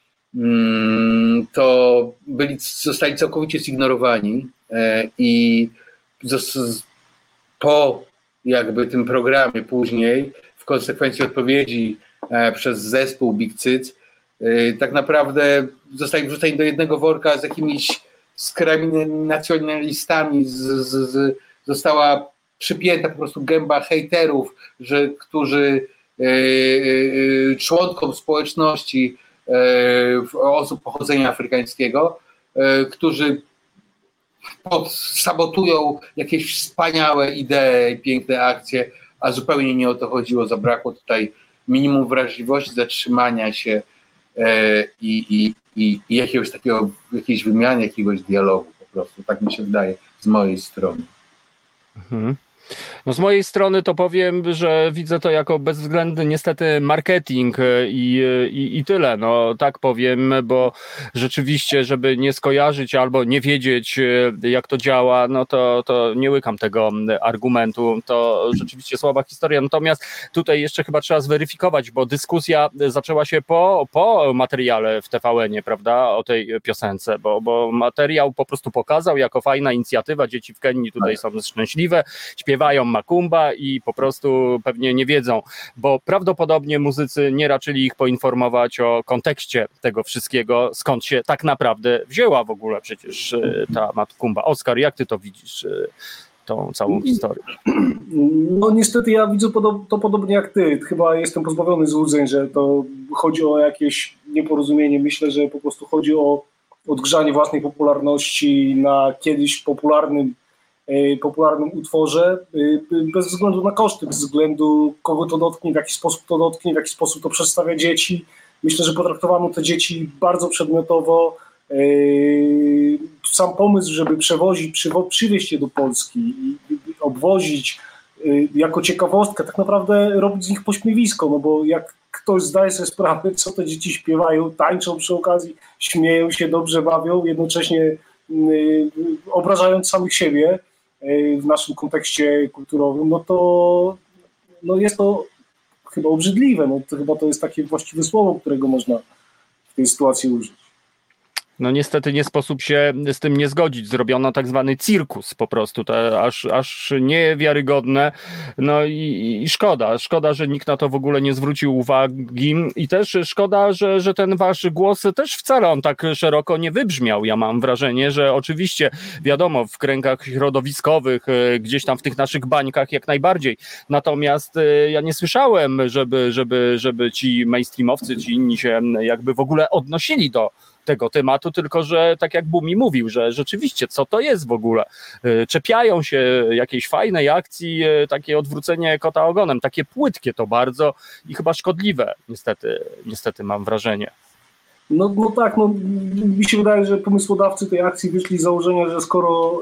to zostali całkowicie zignorowani i po jakby tym programie później, w konsekwencji odpowiedzi przez zespół Big Cyc, tak naprawdę zostali wrzuceni do jednego worka z jakimiś skrajnymi nacjonalistami, została przypięta po prostu gęba hejterów, którzy członkom społeczności osób pochodzenia afrykańskiego, którzy sabotują jakieś wspaniałe idee, piękne akcje, a zupełnie nie o to chodziło. Zabrakło tutaj minimum wrażliwości, zatrzymania się i jakiegoś takiego, jakiejś wymiany, jakiegoś dialogu po prostu. Tak mi się wydaje z mojej strony. Mhm. No z mojej strony to powiem, że widzę to jako bezwzględny niestety marketing i tyle, no tak powiem, bo rzeczywiście, żeby nie skojarzyć albo nie wiedzieć, jak to działa, no to nie łykam tego argumentu, to rzeczywiście słaba historia. Natomiast tutaj jeszcze chyba trzeba zweryfikować, bo dyskusja zaczęła się po materiale w TVN-ie, prawda, o tej piosence, bo materiał po prostu pokazał jako fajna inicjatywa, dzieci w Kenii tutaj są szczęśliwe, śpiewają Makumba i po prostu pewnie nie wiedzą, bo prawdopodobnie muzycy nie raczyli ich poinformować o kontekście tego wszystkiego, skąd się tak naprawdę wzięła w ogóle przecież ta Makumba. Oskar, jak ty to widzisz, tą całą historię? No niestety ja widzę to podobnie jak ty. Chyba jestem pozbawiony złudzeń, że to chodzi o jakieś nieporozumienie. Myślę, że po prostu chodzi o odgrzanie własnej popularności na kiedyś popularnym utworze, bez względu na koszty, bez względu kogo to dotknie, w jaki sposób to dotknie, w jaki sposób to przedstawia dzieci. Myślę, że potraktowano te dzieci bardzo przedmiotowo. Sam pomysł, żeby przywieźć je do Polski i obwozić jako ciekawostkę, tak naprawdę robić z nich pośmiewisko, no bo jak ktoś zdaje sobie sprawę, co te dzieci śpiewają, tańczą przy okazji, śmieją się, dobrze bawią, jednocześnie obrażając samych siebie w naszym kontekście kulturowym, no to jest to chyba obrzydliwe. No to chyba to jest takie właściwe słowo, którego można w tej sytuacji użyć. No niestety nie sposób się z tym nie zgodzić. Zrobiono tak zwany cirkus po prostu, to aż niewiarygodne. No i szkoda. Szkoda, że nikt na to w ogóle nie zwrócił uwagi i też szkoda, że ten wasz głos też wcale on tak szeroko nie wybrzmiał. Ja mam wrażenie, że oczywiście wiadomo, w kręgach środowiskowych, gdzieś tam w tych naszych bańkach jak najbardziej. Natomiast ja nie słyszałem, żeby ci mainstreamowcy, ci inni się jakby w ogóle odnosili do tego tematu, tylko że tak jak Bumi mówił, że rzeczywiście co to jest w ogóle? Czepiają się jakiejś fajnej akcji, takie odwrócenie kota ogonem, takie płytkie to bardzo i chyba szkodliwe, niestety mam wrażenie. No tak, mi się wydaje, że pomysłodawcy tej akcji wyszli z założenia, że skoro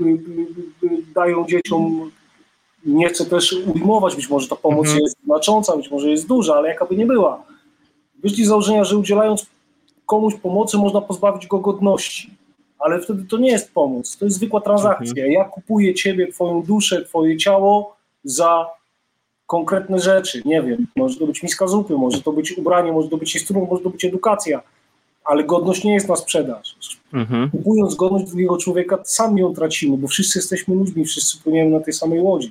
dają dzieciom, nie chcę też ujmować, być może ta pomoc jest znacząca, być może jest duża, ale jakaby nie była. Wyszli z założenia, że udzielając komuś pomocy można pozbawić go godności, ale wtedy to nie jest pomoc, to jest zwykła transakcja. Ja kupuję ciebie, twoją duszę, twoje ciało za konkretne rzeczy, nie wiem, może to być miska zupy, może to być ubranie, może to być instrument, może to być edukacja, ale godność nie jest na sprzedaż. Kupując godność drugiego człowieka, sami ją tracimy, bo wszyscy jesteśmy ludźmi, wszyscy płyniemy na tej samej łodzi.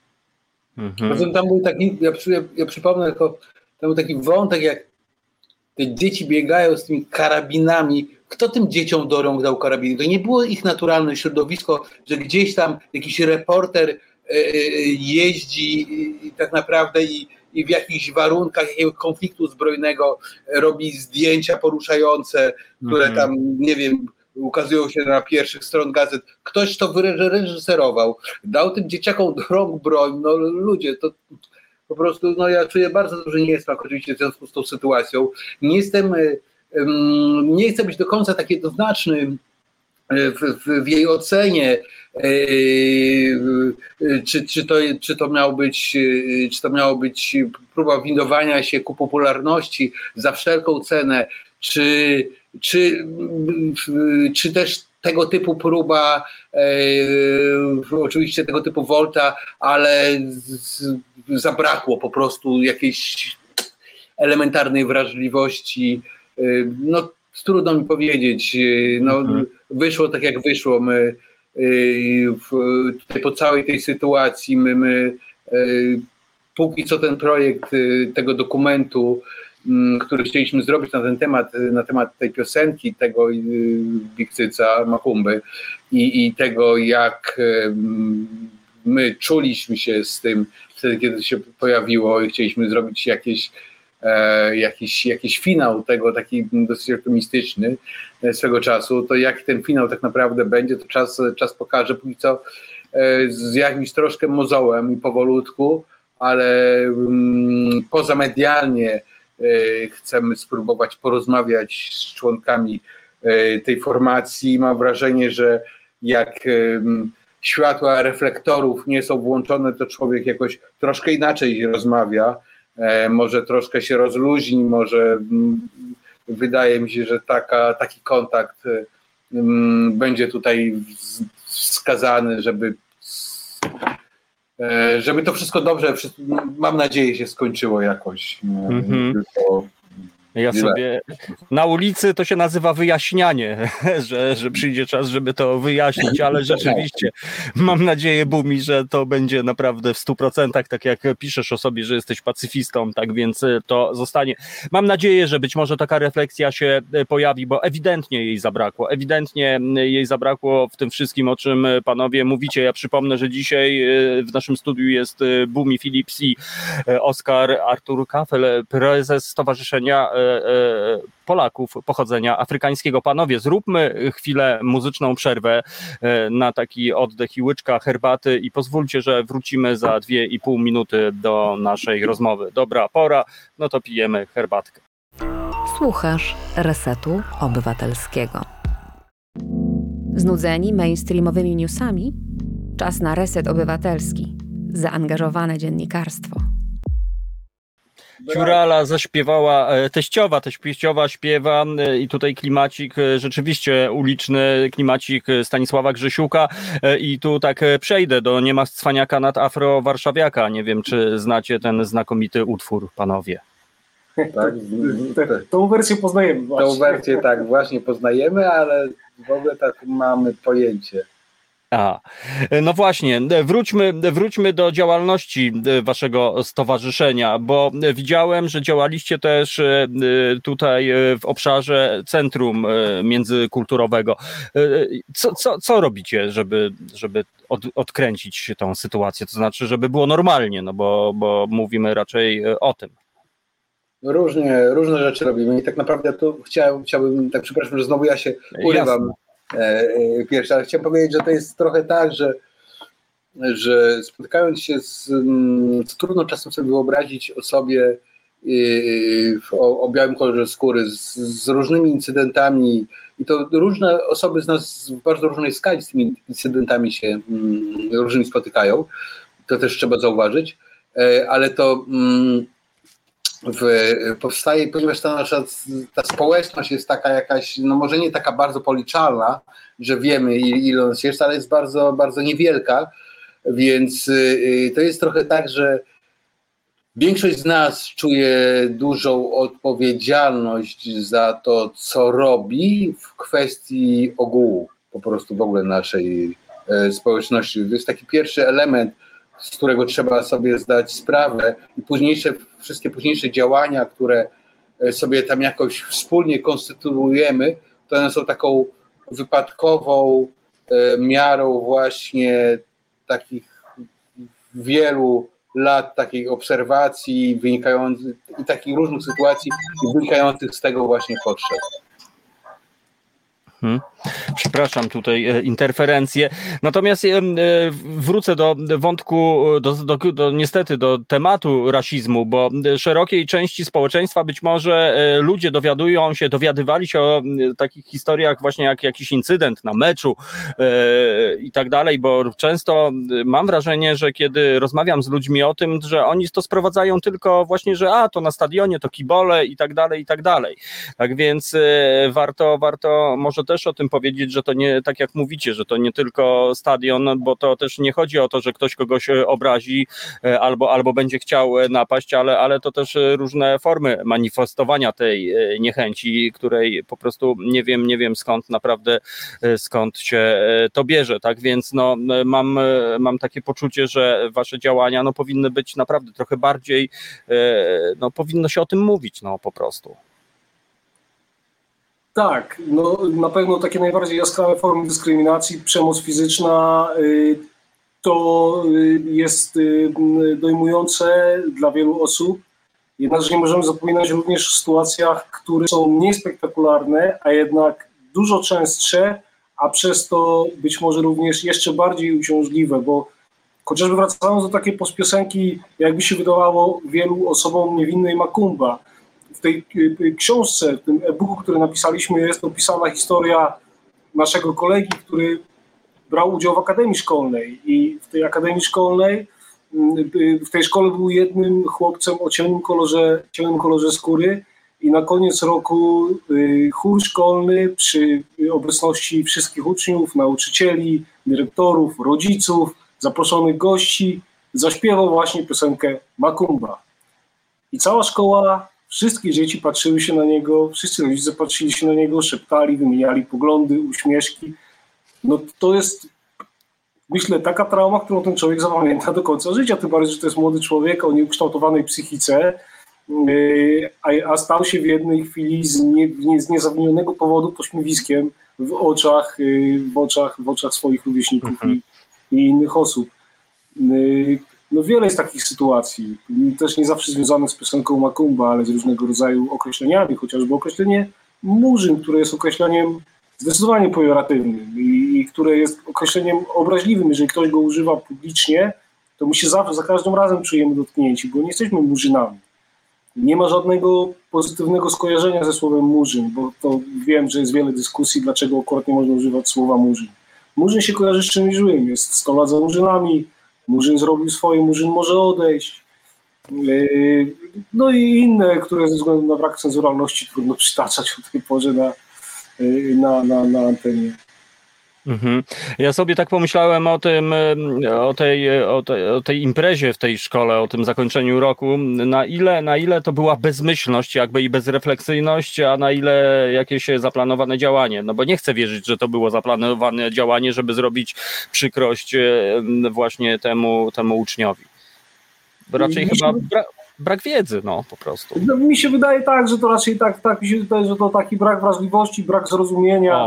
Tam był taki, ja przypomnę tylko, tam był taki wątek, jak te dzieci biegają z tymi karabinami. Kto tym dzieciom do rąk dał karabiny? To nie było ich naturalne środowisko, że gdzieś tam jakiś reporter jeździ tak naprawdę i w jakichś warunkach jakiegoś konfliktu zbrojnego robi zdjęcia poruszające, które tam, nie wiem, ukazują się na pierwszych stron gazet. Ktoś to wyreżyserował. Dał tym dzieciakom do rąk broń. No ludzie, to po prostu, ja czuję bardzo duży niesmak oczywiście w związku z tą sytuacją. Nie chcę być do końca taki jednoznaczny w jej ocenie, czy to miało być próba windowania się ku popularności za wszelką cenę, czy też tego typu próba, oczywiście tego typu wolta, ale zabrakło po prostu jakiejś elementarnej wrażliwości. Trudno mi powiedzieć. Wyszło tak jak wyszło. My tutaj po całej tej sytuacji póki co ten projekt tego dokumentu, który chcieliśmy zrobić na temat tej piosenki, tego Big Cyca, Makumby i tego, jak my czuliśmy się z tym wtedy, kiedy się pojawiło i chcieliśmy zrobić jakiś finał tego, taki dosyć optymistyczny swego czasu, to jaki ten finał tak naprawdę będzie, to czas pokaże. Póki co z jakimś troszkę mozołem i powolutku, ale pozamedialnie chcemy spróbować porozmawiać z członkami tej formacji. Mam wrażenie, że jak światła reflektorów nie są włączone, to człowiek jakoś troszkę inaczej rozmawia, może troszkę się rozluźni, może wydaje mi się, że taki kontakt będzie tutaj wskazany, żeby to wszystko dobrze, mam nadzieję, się skończyło jakoś. Ja sobie na ulicy to się nazywa wyjaśnianie, że przyjdzie czas, żeby to wyjaśnić, ale rzeczywiście mam nadzieję, Bumi, że to będzie naprawdę w 100%, tak jak piszesz o sobie, że jesteś pacyfistą, tak więc to zostanie. Mam nadzieję, że być może taka refleksja się pojawi, bo ewidentnie jej zabrakło w tym wszystkim, o czym panowie mówicie. Ja przypomnę, że dzisiaj w naszym studiu jest Bumi Philips i Oskar Artur Kafel, prezes Stowarzyszenia Polaków pochodzenia afrykańskiego. Panowie, zróbmy chwilę muzyczną przerwę na taki oddech i łyczka herbaty i pozwólcie, że wrócimy za 2,5 minuty do naszej rozmowy. Dobra pora, no to pijemy herbatkę. Słuchasz Resetu Obywatelskiego. Znudzeni mainstreamowymi newsami? Czas na Reset Obywatelski. Zaangażowane dziennikarstwo. Ciurala zaśpiewała, teściowa śpiewa i tutaj klimacik rzeczywiście uliczny, klimacik Stanisława Grzesiuka i tu tak przejdę do Nie ma cwaniaka nad Afro-Warszawiaka. Nie wiem, czy znacie ten znakomity utwór, panowie. Tak? Tą wersję poznajemy właśnie. Tą wersję tak właśnie poznajemy, ale w ogóle tak mamy pojęcie. No właśnie, wróćmy do działalności waszego stowarzyszenia, bo widziałem, że działaliście też tutaj w obszarze Centrum Międzykulturowego. Co robicie, żeby odkręcić tą sytuację? To znaczy, żeby było normalnie, no bo mówimy raczej o tym. Różne rzeczy robimy i tak naprawdę tu chciałbym, tak przepraszam, że znowu ja się urywam. Pierwszy, ale chciałem powiedzieć, że to jest trochę tak, że spotykając się trudno czasem sobie wyobrazić o sobie o białym kolorze skóry z różnymi incydentami i to różne osoby z nas w bardzo różnej skali z tymi incydentami się różnymi spotykają, to też trzeba zauważyć, ale to powstaje, ponieważ ta społeczność jest taka jakaś, no może nie taka bardzo policzalna, że wiemy ile nas jest, ale jest bardzo, bardzo niewielka, więc to jest trochę tak, że większość z nas czuje dużą odpowiedzialność za to, co robi w kwestii ogółu po prostu w ogóle naszej społeczności. To jest taki pierwszy element, z którego trzeba sobie zdać sprawę i wszystkie późniejsze działania, które sobie tam jakoś wspólnie konstytuujemy, to one są taką wypadkową miarą właśnie takich wielu lat takiej obserwacji wynikających i takich różnych sytuacji wynikających z tego właśnie potrzeb. Przepraszam, tutaj interferencje. Natomiast wrócę do wątku, niestety do tematu rasizmu, bo szerokiej części społeczeństwa być może ludzie dowiadywali się o takich historiach właśnie jak jakiś incydent na meczu i tak dalej, bo często mam wrażenie, że kiedy rozmawiam z ludźmi o tym, że oni to sprowadzają tylko właśnie, że to na stadionie to kibole i tak dalej, i tak dalej. Tak więc warto może też o tym powiedzieć, że to nie, tak jak mówicie, że to nie tylko stadion, bo to też nie chodzi o to, że ktoś kogoś obrazi albo będzie chciał napaść, ale to też różne formy manifestowania tej niechęci, której po prostu nie wiem skąd się to bierze, tak więc mam takie poczucie, że wasze działania powinny być naprawdę trochę bardziej, powinno się o tym mówić po prostu. Tak, na pewno takie najbardziej jaskrawe formy dyskryminacji, przemoc fizyczna, to jest dojmujące dla wielu osób. Jednakże nie możemy zapominać również o sytuacjach, które są mniej spektakularne, a jednak dużo częstsze, a przez to być może również jeszcze bardziej uciążliwe, bo chociażby wracając do takiej piosenki, jakby się wydawało wielu osobom niewinnej Makumba. W tej książce, w tym e-booku, który napisaliśmy, jest opisana historia naszego kolegi, który brał udział w akademii szkolnej i w tej akademii szkolnej, w tej szkole był jednym chłopcem o ciemnym kolorze skóry i na koniec roku chór szkolny przy obecności wszystkich uczniów, nauczycieli, dyrektorów, rodziców, zaproszonych gości zaśpiewał właśnie piosenkę Makumba. I cała szkoła, wszystkie dzieci patrzyły się na niego, wszyscy rodzice patrzyli się na niego, szeptali, wymieniali poglądy, uśmieszki. No to jest, myślę, taka trauma, którą ten człowiek zapamięta do końca życia, tym bardziej, że to jest młody człowiek o nieukształtowanej psychice, a stał się w jednej chwili z niezawinionego powodu pośmiewiskiem w oczach swoich rówieśników i innych osób. No wiele jest takich sytuacji, też nie zawsze związanych z piosenką Makumba, ale z różnego rodzaju określeniami, chociażby określenie murzyn, które jest określeniem zdecydowanie pejoratywnym i które jest określeniem obraźliwym. Jeżeli ktoś go używa publicznie, to my się za każdym razem czujemy dotknięci, bo nie jesteśmy murzynami. Nie ma żadnego pozytywnego skojarzenia ze słowem murzyn, bo to wiem, że jest wiele dyskusji, dlaczego akurat nie można używać słowa murzyn. Murzyn się kojarzy z czymś złym, jest 100 lat za murzynami, murzyn zrobił swoje, murzyn może odejść. No i inne, które ze względu na brak cenzuralności trudno przytaczać o tej porze na antenie. Ja sobie tak pomyślałem o tym, o tej imprezie w tej szkole, o tym zakończeniu roku, na ile to była bezmyślność jakby i bezrefleksyjność, a na ile jakieś zaplanowane działanie, no bo nie chcę wierzyć, że to było zaplanowane działanie, żeby zrobić przykrość właśnie temu uczniowi. Bo raczej chyba brak wiedzy, no po prostu. No, mi się wydaje tak, że to raczej tak mi się wydaje, że to taki brak wrażliwości, brak zrozumienia,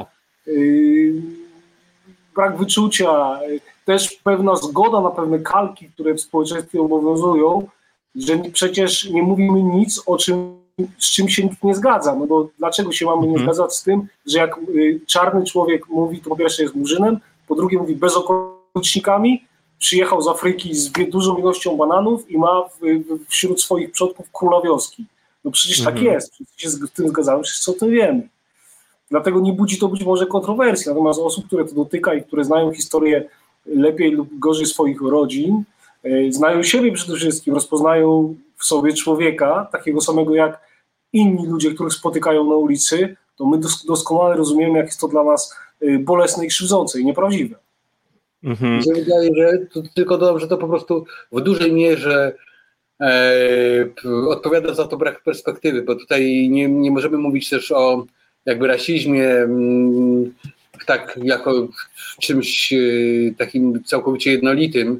brak wyczucia, też pewna zgoda na pewne kalki, które w społeczeństwie obowiązują, że przecież nie mówimy nic, z czym się nikt nie zgadza. No bo dlaczego się mamy nie zgadzać z tym, że jak czarny człowiek mówi, to po pierwsze jest murzynem, po drugie mówi bezokolicznikami, przyjechał z Afryki z dużą ilością bananów i ma wśród swoich przodków króla wioski. No przecież tak jest, wszyscy się z tym zgadzamy, wszyscy o tym wiemy. Dlatego nie budzi to być może kontrowersji, natomiast osób, które to dotyka i które znają historię lepiej lub gorzej swoich rodzin, znają siebie przede wszystkim, rozpoznają w sobie człowieka, takiego samego jak inni ludzie, których spotykają na ulicy, to my doskonale rozumiemy, jak jest to dla nas bolesne i krzywdzące i nieprawdziwe. Mi się wydaje, że tylko dodam, że to po prostu w dużej mierze odpowiada za to brak perspektywy, bo tutaj nie możemy mówić też o jakby rasizmie tak jako czymś takim całkowicie jednolitym.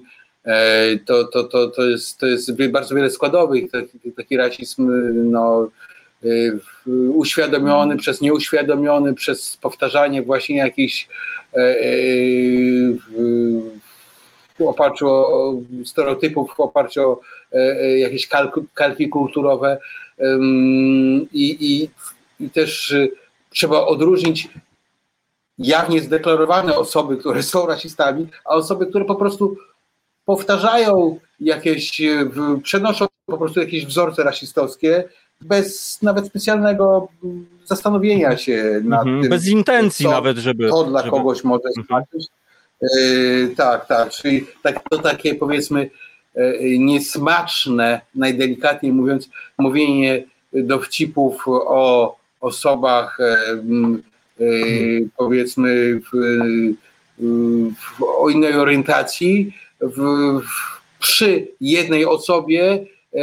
To jest bardzo wiele składowych. Taki rasizm uświadomiony przez nieuświadomiony, przez powtarzanie właśnie jakichś w oparciu o stereotypów, w oparciu o jakieś kalki kulturowe i też trzeba odróżnić jawnie zdeklarowane osoby, które są rasistami, a osoby, które po prostu powtarzają przenoszą po prostu jakieś wzorce rasistowskie bez nawet specjalnego zastanowienia się nad tym. Bez intencji nawet, żeby... To dla kogoś może znaczyć. Tak, czyli to takie powiedzmy niesmaczne, najdelikatniej mówiąc, mówienie dowcipów o osobach powiedzmy o innej orientacji przy jednej osobie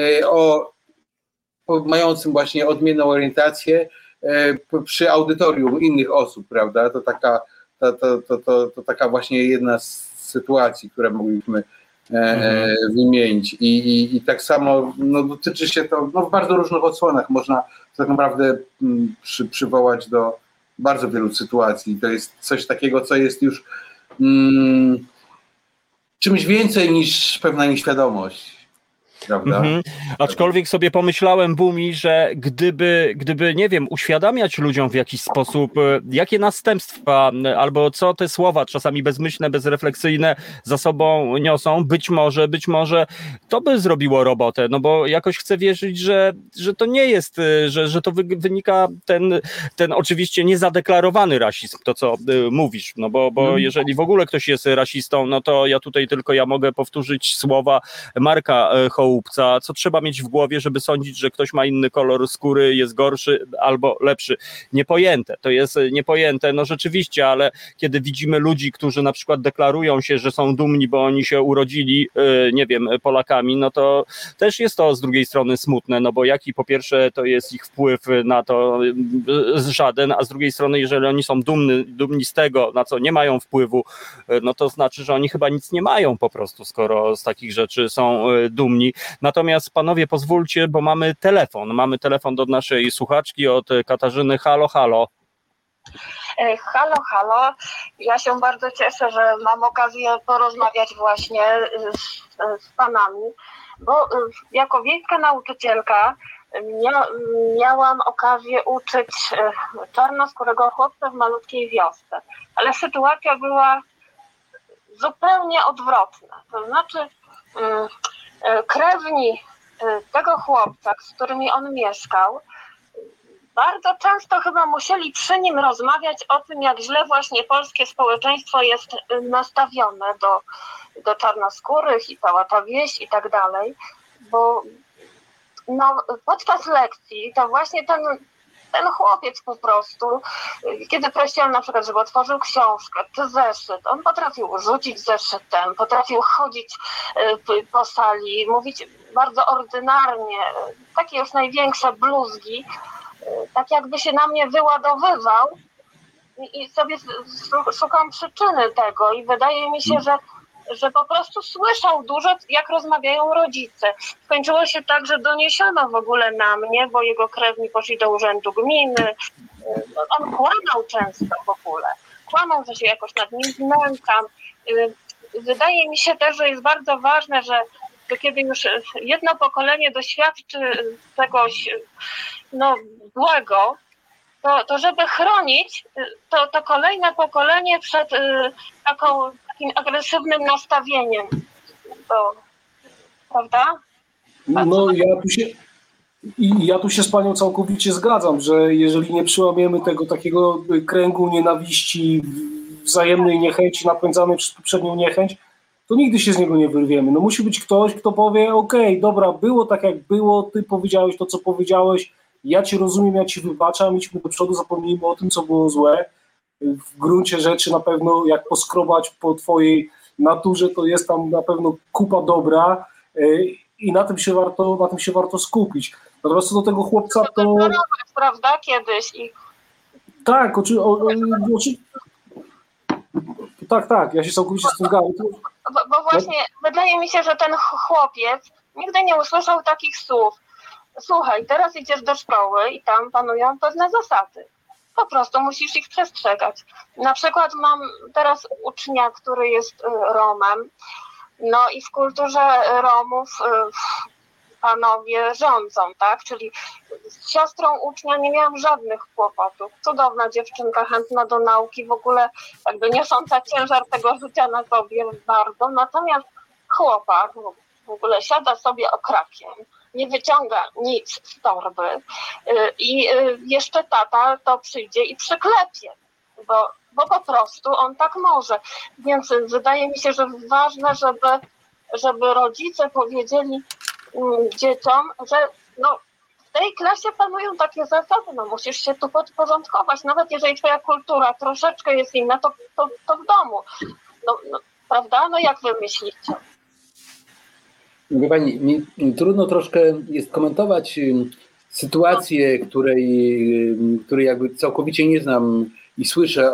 mającym właśnie odmienną orientację przy audytorium innych osób, prawda? To taka właśnie jedna z sytuacji, które mogliśmy wymienić i tak samo dotyczy się to w bardzo różnych odsłonach. Można tak naprawdę przywołać do bardzo wielu sytuacji. To jest coś takiego, co jest już czymś więcej niż pewna nieświadomość. prawda? Aczkolwiek sobie pomyślałem, Bumi, że gdyby, nie wiem, uświadamiać ludziom w jakiś sposób, jakie następstwa, albo co te słowa czasami bezmyślne, bezrefleksyjne za sobą niosą, być może to by zrobiło robotę, no bo jakoś chcę wierzyć, że to nie jest, że to wynika ten oczywiście niezadeklarowany rasizm, to co mówisz, no bo jeżeli w ogóle ktoś jest rasistą, no to ja mogę powtórzyć słowa Marka Chołupca, co trzeba mieć w głowie, żeby sądzić, że ktoś ma inny kolor skóry, jest gorszy albo lepszy. Niepojęte, to jest niepojęte, no rzeczywiście, ale kiedy widzimy ludzi, którzy na przykład deklarują się, że są dumni, bo oni się urodzili, nie wiem, Polakami, no to też jest to z drugiej strony smutne, no bo jaki po pierwsze to jest ich wpływ na to żaden, a z drugiej strony, jeżeli oni są dumni z tego, na co nie mają wpływu, no to znaczy, że oni chyba nic nie mają po prostu, skoro z takich rzeczy są dumni. Natomiast panowie, pozwólcie, bo mamy telefon do naszej słuchaczki od Katarzyny. Halo, halo. Halo, halo. Ja się bardzo cieszę, że mam okazję porozmawiać właśnie z panami, bo jako wiejska nauczycielka miałam okazję uczyć czarnoskórego chłopca w malutkiej wiosce, ale sytuacja była zupełnie odwrotna. To znaczy krewni tego chłopca, z którymi on mieszkał, bardzo często chyba musieli przy nim rozmawiać o tym, jak źle właśnie polskie społeczeństwo jest nastawione do czarnoskórych i cała ta wieś i tak dalej, bo no, podczas lekcji to właśnie ten chłopiec po prostu, kiedy prosiłam na przykład, żeby otworzył książkę czy zeszyt, on potrafił rzucić zeszytem, potrafił chodzić po sali, mówić bardzo ordynarnie, takie już największe bluzgi, tak jakby się na mnie wyładowywał i sobie szukam przyczyny tego i wydaje mi się, że po prostu słyszał dużo, jak rozmawiają rodzice. Skończyło się tak, że doniesiono w ogóle na mnie, bo jego krewni poszli do urzędu gminy. On kłamał często w ogóle. Kłamał, że się jakoś nad nim znęcam. Wydaje mi się też, że jest bardzo ważne, że kiedy już jedno pokolenie doświadczy czegoś złego, to żeby chronić to kolejne pokolenie przed takim agresywnym nastawieniem. Prawda? No ja tu się z panią całkowicie zgadzam, że jeżeli nie przełamiemy tego takiego kręgu nienawiści, wzajemnej niechęci napędzanej przez poprzednią niechęć, to nigdy się z niego nie wyrwiemy. No musi być ktoś, kto powie, okej, dobra, było tak jak było, ty powiedziałeś to, co powiedziałeś, ja cię rozumiem, ja ci wybaczam, idźmy do przodu, zapomnijmy o tym, co było złe. W gruncie rzeczy na pewno jak poskrobać po twojej naturze, to jest tam na pewno kupa dobra i na tym się warto skupić. Natomiast co do tego chłopca, to... Prawda, kiedyś. Tak, tak, ja się całkowicie z tym zgadzam. Bo właśnie wydaje mi się, że ten chłopiec nigdy nie usłyszał takich słów. Słuchaj, teraz idziesz do szkoły i tam panują pewne zasady. Po prostu musisz ich przestrzegać. Na przykład mam teraz ucznia, który jest Romem, no i w kulturze Romów panowie rządzą, tak? Czyli z siostrą ucznia nie miałam żadnych kłopotów. Cudowna dziewczynka, chętna do nauki, w ogóle jakby niosąca ciężar tego życia na sobie bardzo. Natomiast chłopak w ogóle siada sobie okrakiem, nie wyciąga nic z torby i jeszcze tata to przyjdzie i przyklepie, bo po prostu on tak może. Więc wydaje mi się, że ważne, żeby rodzice powiedzieli dzieciom, że no, w tej klasie panują takie zasady, no musisz się tu podporządkować, nawet jeżeli twoja kultura troszeczkę jest inna, to w domu. No, prawda? No jak wy myślicie? Wie pani, mi trudno troszkę jest komentować sytuację, której jakby całkowicie nie znam i słyszę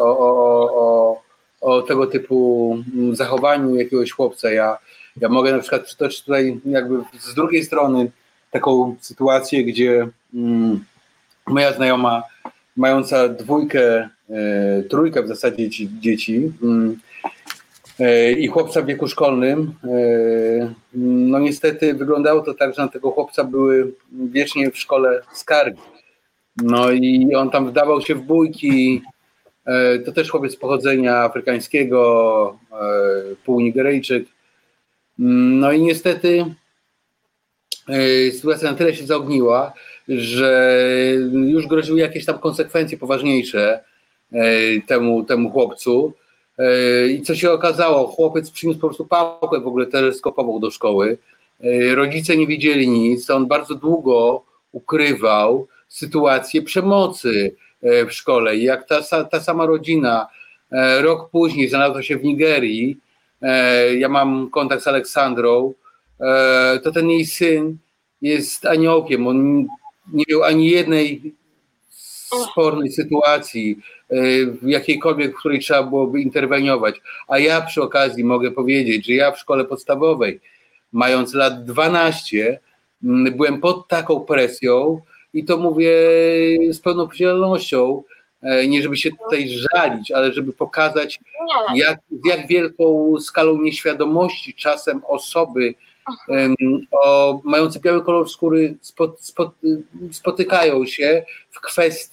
o tego typu zachowaniu jakiegoś chłopca. Ja mogę na przykład przytoczyć tutaj jakby z drugiej strony taką sytuację, gdzie moja znajoma, mająca trójkę w zasadzie dzieci, i chłopca w wieku szkolnym. No niestety wyglądało to tak, że na tego chłopca były wiecznie w szkole skargi. No i on tam wdawał się w bójki. To też chłopiec pochodzenia afrykańskiego, półnigeryjczyk. No i niestety sytuacja na tyle się zaogniła, że już groziły jakieś tam konsekwencje poważniejsze temu chłopcu. I co się okazało? Chłopiec przyniósł po prostu pałkę w ogóle teleskopową do szkoły. Rodzice nie wiedzieli nic. On bardzo długo ukrywał sytuację przemocy w szkole. I jak ta sama rodzina rok później znalazła się w Nigerii, ja mam kontakt z Aleksandrą, to ten jej syn jest aniołkiem. On nie miał ani jednej spornej sytuacji, w jakiejkolwiek, w której trzeba byłoby interweniować. A ja przy okazji mogę powiedzieć, że ja w szkole podstawowej, mając lat 12, byłem pod taką presją i to mówię z pełną odpowiedzialnością, nie żeby się tutaj żalić, ale żeby pokazać, jak wielką skalą nieświadomości czasem osoby mające biały kolor skóry spotykają się w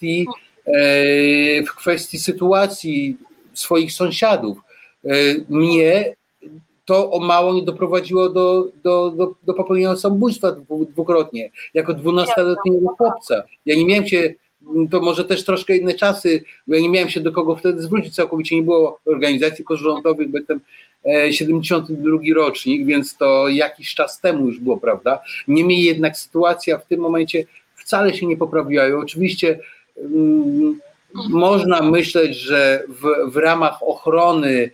kwestii sytuacji swoich sąsiadów. Mnie to o mało nie doprowadziło do popełnienia samobójstwa dwukrotnie, jako 12-letniego chłopca. Ja nie miałem się, to może też troszkę inne czasy, bo ja nie miałem się do kogo wtedy zwrócić, całkowicie nie było organizacji pozarządowych, bo jestem 72 rocznik, więc to jakiś czas temu już było, prawda? Niemniej jednak sytuacja w tym momencie wcale się nie poprawiła. I oczywiście można myśleć, że w ramach ochrony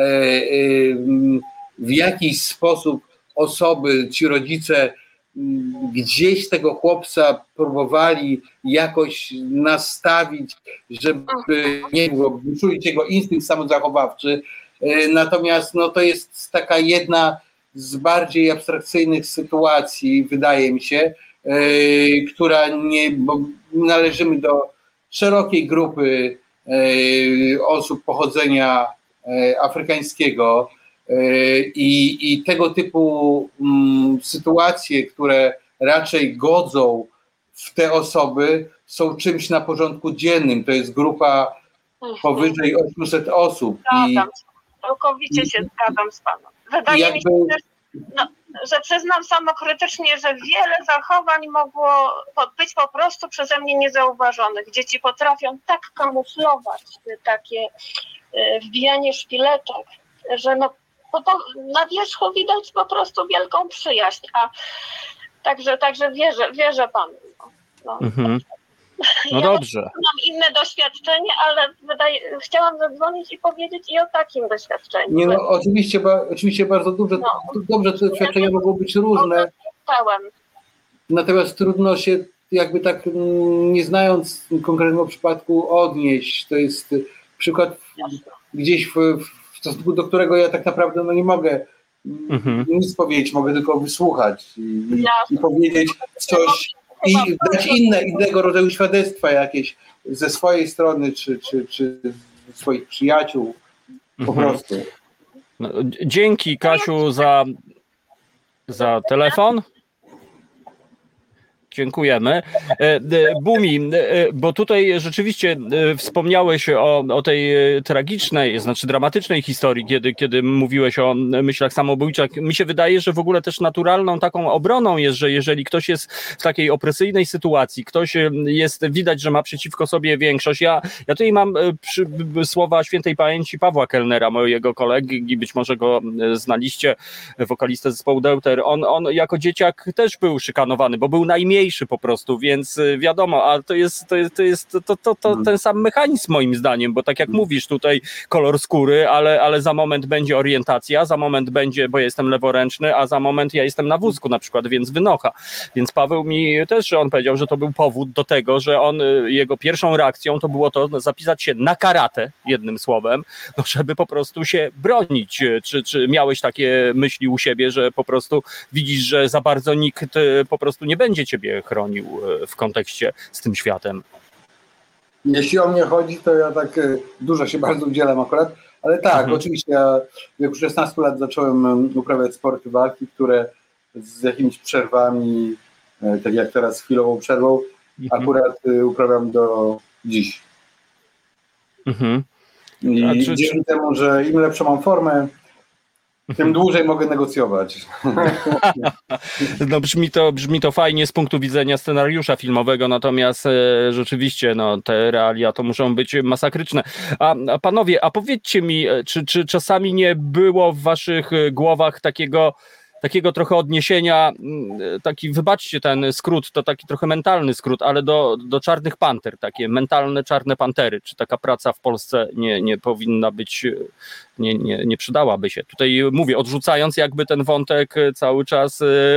w jakiś sposób osoby, ci rodzice gdzieś tego chłopca próbowali jakoś nastawić, żeby nie było, czuć jego instynkt samozachowawczy. Natomiast no, to jest taka jedna z bardziej abstrakcyjnych sytuacji, wydaje mi się, która nie, bo należymy do szerokiej grupy osób pochodzenia afrykańskiego i tego typu sytuacje, które raczej godzą w te osoby, są czymś na porządku dziennym. To jest grupa powyżej 800 osób. Całkowicie się zgadzam z panem. Wydaje mi się, że przyznam samokrytycznie, że wiele zachowań mogło być po prostu przeze mnie niezauważonych. Dzieci potrafią tak kamuflować takie wbijanie szpileczek, że no, na wierzchu widać po prostu wielką przyjaźń. Także wierzę panu. No dobrze. Mam inne doświadczenie, ale chciałam zadzwonić i powiedzieć i o takim doświadczeniu. Nie, no, oczywiście bardzo dobrze. No. Dobrze, te doświadczenia mogą być różne. Natomiast trudno się jakby tak, nie znając konkretnego przypadku, odnieść. To jest przykład gdzieś w stosunku do którego ja tak naprawdę no, nie mogę nic powiedzieć, mogę tylko wysłuchać i powiedzieć coś i dać innego rodzaju świadectwa jakieś ze swojej strony, czy swoich przyjaciół po prostu. No, dzięki Kasiu za telefon. Dziękujemy. Bumi, bo tutaj rzeczywiście wspomniałeś o tej tragicznej, znaczy dramatycznej historii, kiedy mówiłeś o myślach samobójczych. Mi się wydaje, że w ogóle też naturalną taką obroną jest, że jeżeli ktoś jest w takiej opresyjnej sytuacji, ktoś jest, widać, że ma przeciwko sobie większość. Ja tutaj mam słowa świętej pamięci Pawła Kellnera, mojego kolegi, być może go znaliście, wokalistę zespołu Deuter. On jako dzieciak też był szykanowany, bo był najmniejszy po prostu, więc wiadomo, a to jest ten sam mechanizm moim zdaniem, bo tak jak mówisz tutaj kolor skóry, ale za moment będzie orientacja, za moment będzie, bo ja jestem leworęczny, a za moment ja jestem na wózku na przykład, więc wynocha. Więc Paweł mi też, on powiedział, że to był powód do tego, że jego pierwszą reakcją to było to zapisać się na karate, jednym słowem, no żeby po prostu się bronić. Czy miałeś takie myśli u siebie, że po prostu widzisz, że za bardzo nikt po prostu nie będzie ciebie chronił w kontekście z tym światem? Jeśli o mnie chodzi, to ja tak dużo się bardzo udzielam akurat, Ale tak, oczywiście ja w wieku 16 lat zacząłem uprawiać sporty walki, które z jakimiś przerwami, tak jak teraz z chwilową przerwą, akurat uprawiam do dziś. I dzięki temu, że im lepszą mam formę, tym dłużej mogę negocjować. No brzmi to fajnie z punktu widzenia scenariusza filmowego, natomiast rzeczywiście te realia to muszą być masakryczne. A panowie, powiedzcie mi, czy czasami nie było w waszych głowach takiego trochę odniesienia, wybaczcie ten skrót, to taki trochę mentalny skrót, ale do Czarnych Panter, takie mentalne Czarne Pantery. Czy taka praca w Polsce nie powinna być, nie przydałaby się? Tutaj mówię, odrzucając jakby ten wątek cały czas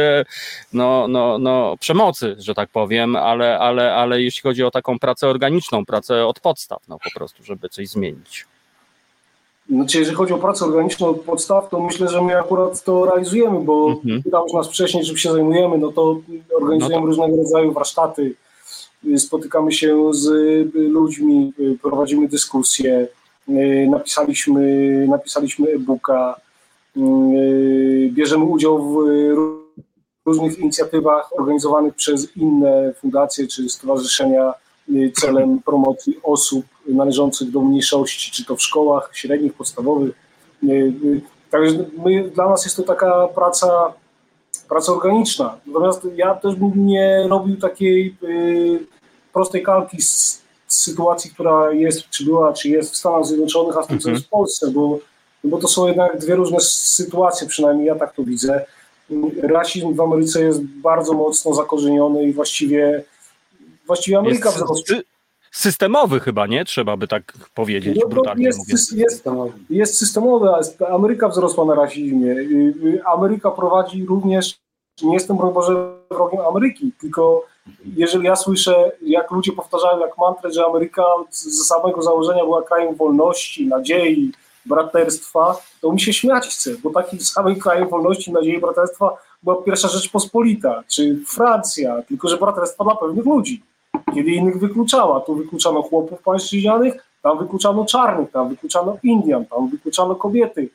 przemocy, że tak powiem, ale jeśli chodzi o taką pracę organiczną, pracę od podstaw, po prostu, żeby coś zmienić. Znaczy, jeżeli chodzi o pracę organiczną od podstaw, to myślę, że my akurat to realizujemy, bo pytałeś nas wcześniej, czym się zajmujemy, to organizujemy różnego rodzaju warsztaty, spotykamy się z ludźmi, prowadzimy dyskusje, napisaliśmy e-booka, bierzemy udział w różnych inicjatywach organizowanych przez inne fundacje czy stowarzyszenia celem promocji osób należących do mniejszości, czy to w szkołach średnich, podstawowych. Także dla nas jest to taka praca organiczna. Natomiast ja też bym nie robił takiej prostej kalki z sytuacji, która jest, czy była, czy jest w Stanach Zjednoczonych, a z tym, co jest w Polsce, bo to są jednak dwie różne sytuacje, przynajmniej ja tak to widzę. Rasizm w Ameryce jest bardzo mocno zakorzeniony i właściwie Ameryka wzrosła. Systemowy chyba, nie? Trzeba by tak powiedzieć, brutalnie mówiąc. Jest systemowy, a Ameryka wzrosła na rasizmie. Ameryka prowadzi również, nie jestem może wrogiem Ameryki, tylko jeżeli ja słyszę, jak ludzie powtarzają jak mantrę, że Ameryka ze samego założenia była krajem wolności, nadziei, braterstwa, to mi się śmiać chce, bo takim samym krajem wolności, nadziei, braterstwa była Pierwsza Rzeczpospolita, czy Francja, tylko że braterstwa dla pewnych ludzi. Kiedy innych wykluczała. Tu wykluczano chłopów pańszczyźnianych, tam wykluczano czarnych, tam wykluczano Indian, tam wykluczano kobiety.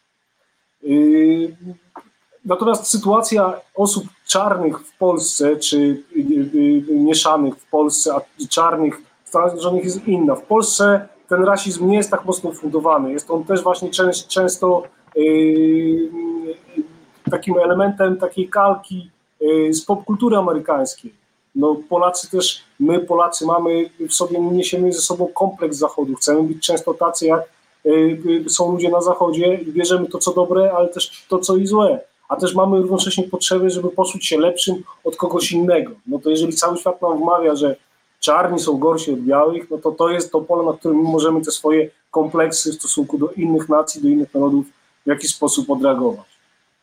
Natomiast sytuacja osób czarnych w Polsce, czy mieszanych w Polsce, a czarnych w Stanach Zjednoczonych jest inna. W Polsce ten rasizm nie jest tak mocno fundowany. Jest on też właśnie często takim elementem takiej kalki z popkultury amerykańskiej. My Polacy mamy w sobie, niesiemy ze sobą kompleks Zachodu. Chcemy być często tacy, jak są ludzie na Zachodzie i bierzemy to, co dobre, ale też to, co i złe. A też mamy równocześnie potrzeby, żeby poczuć się lepszym od kogoś innego. To jeżeli cały świat nam wmawia, że czarni są gorsi od białych, to jest to pole, na którym możemy te swoje kompleksy w stosunku do innych nacji, do innych narodów w jakiś sposób odreagować.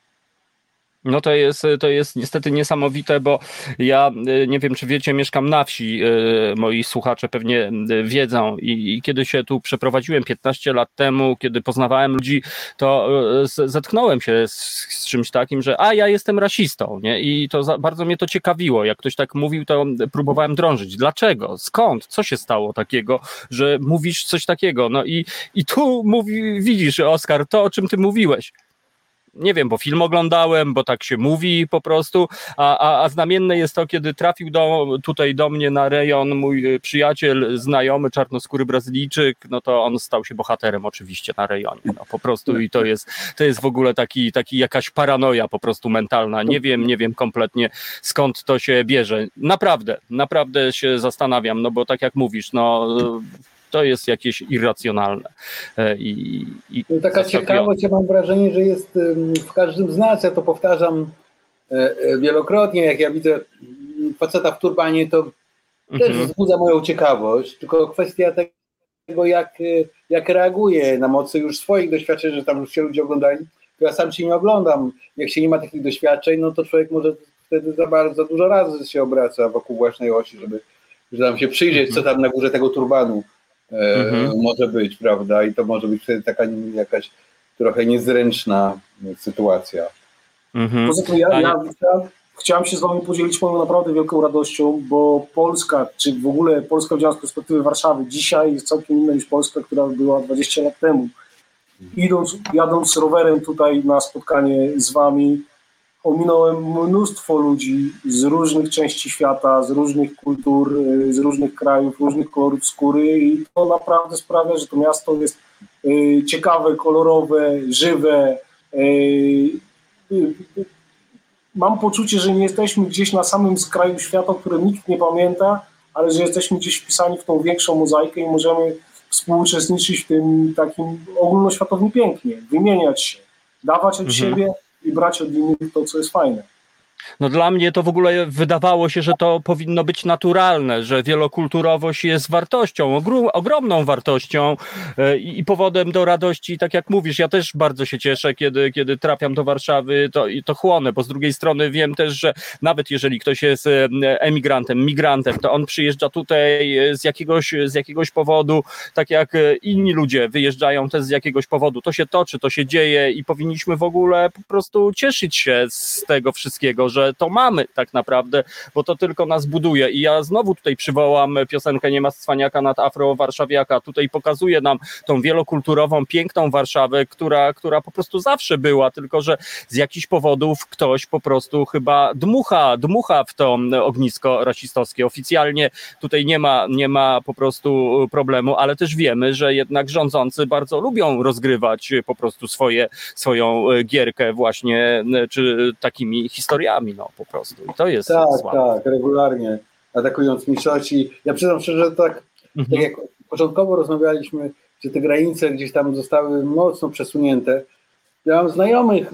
To jest niestety niesamowite, bo ja nie wiem, czy wiecie, mieszkam na wsi, moi słuchacze pewnie wiedzą i kiedy się tu przeprowadziłem 15 lat temu, kiedy poznawałem ludzi, to zetknąłem się z czymś takim, że ja jestem rasistą, nie? I to bardzo mnie to ciekawiło. Jak ktoś tak mówił, to próbowałem drążyć. Dlaczego? Skąd? Co się stało takiego, że mówisz coś takiego? I tu widzisz, Oskar, to, o czym ty mówiłeś. Nie wiem, bo film oglądałem, bo tak się mówi po prostu, a znamienne jest to, kiedy trafił tutaj do mnie na rejon mój przyjaciel, znajomy, czarnoskóry Brazylijczyk, to on stał się bohaterem oczywiście na rejonie, po prostu i to jest w ogóle taki jakaś paranoja po prostu mentalna, nie wiem kompletnie skąd to się bierze, naprawdę się zastanawiam, bo tak jak mówisz, to jest jakieś irracjonalne. Taka ciekawość, ja mam wrażenie, że jest w każdym z nas, ja to powtarzam wielokrotnie, jak ja widzę faceta w turbanie, to też wzbudza moją ciekawość, tylko kwestia tego, jak reaguje na mocy już swoich doświadczeń, że tam już się ludzie oglądali, to ja sam się nie oglądam. Jak się nie ma takich doświadczeń, to człowiek może wtedy za dużo razy się obraca wokół własnej osi, żeby tam się przyjrzeć, co tam na górze tego turbanu może być, prawda? I to może być wtedy taka jakaś trochę niezręczna sytuacja. Poza tym ja chciałem się z wami podzielić moją naprawdę wielką radością, bo Polska, czy w ogóle Polska widziana z perspektywy Warszawy dzisiaj jest całkiem inna niż Polska, która była 20 lat temu. Jadąc rowerem tutaj na spotkanie z wami, ominąłem mnóstwo ludzi z różnych części świata, z różnych kultur, z różnych krajów, różnych kolorów skóry i to naprawdę sprawia, że to miasto jest ciekawe, kolorowe, żywe. Mam poczucie, że nie jesteśmy gdzieś na samym skraju świata, o którym nikt nie pamięta, ale że jesteśmy gdzieś wpisani w tą większą mozaikę i możemy współuczestniczyć w tym takim ogólnoświatowym pięknie, wymieniać się, dawać od siebie i brać od innych to, co jest fajne. No dla mnie to w ogóle wydawało się, że to powinno być naturalne, że wielokulturowość jest wartością, ogromną wartością i powodem do radości. Tak jak mówisz, ja też bardzo się cieszę, kiedy trafiam do Warszawy, to chłonę, bo z drugiej strony wiem też, że nawet jeżeli ktoś jest emigrantem, migrantem, to on przyjeżdża tutaj z jakiegoś powodu, tak jak inni ludzie wyjeżdżają też z jakiegoś powodu. To się toczy, to się dzieje i powinniśmy w ogóle po prostu cieszyć się z tego wszystkiego, że to mamy tak naprawdę, bo to tylko nas buduje. I ja znowu tutaj przywołam piosenkę Nie ma cwaniaka nad Afro-Warszawiaka. Tutaj pokazuje nam tą wielokulturową, piękną Warszawę, która po prostu zawsze była, tylko że z jakichś powodów ktoś po prostu chyba dmucha w to ognisko rasistowskie. Oficjalnie tutaj nie ma po prostu problemu, ale też wiemy, że jednak rządzący bardzo lubią rozgrywać po prostu swoją gierkę właśnie, czy takimi historiami, no po prostu. I to jest słabe. Tak, regularnie atakując mniejszości. Ja przyznam szczerze, że tak jak początkowo rozmawialiśmy, że te granice gdzieś tam zostały mocno przesunięte. Ja mam znajomych,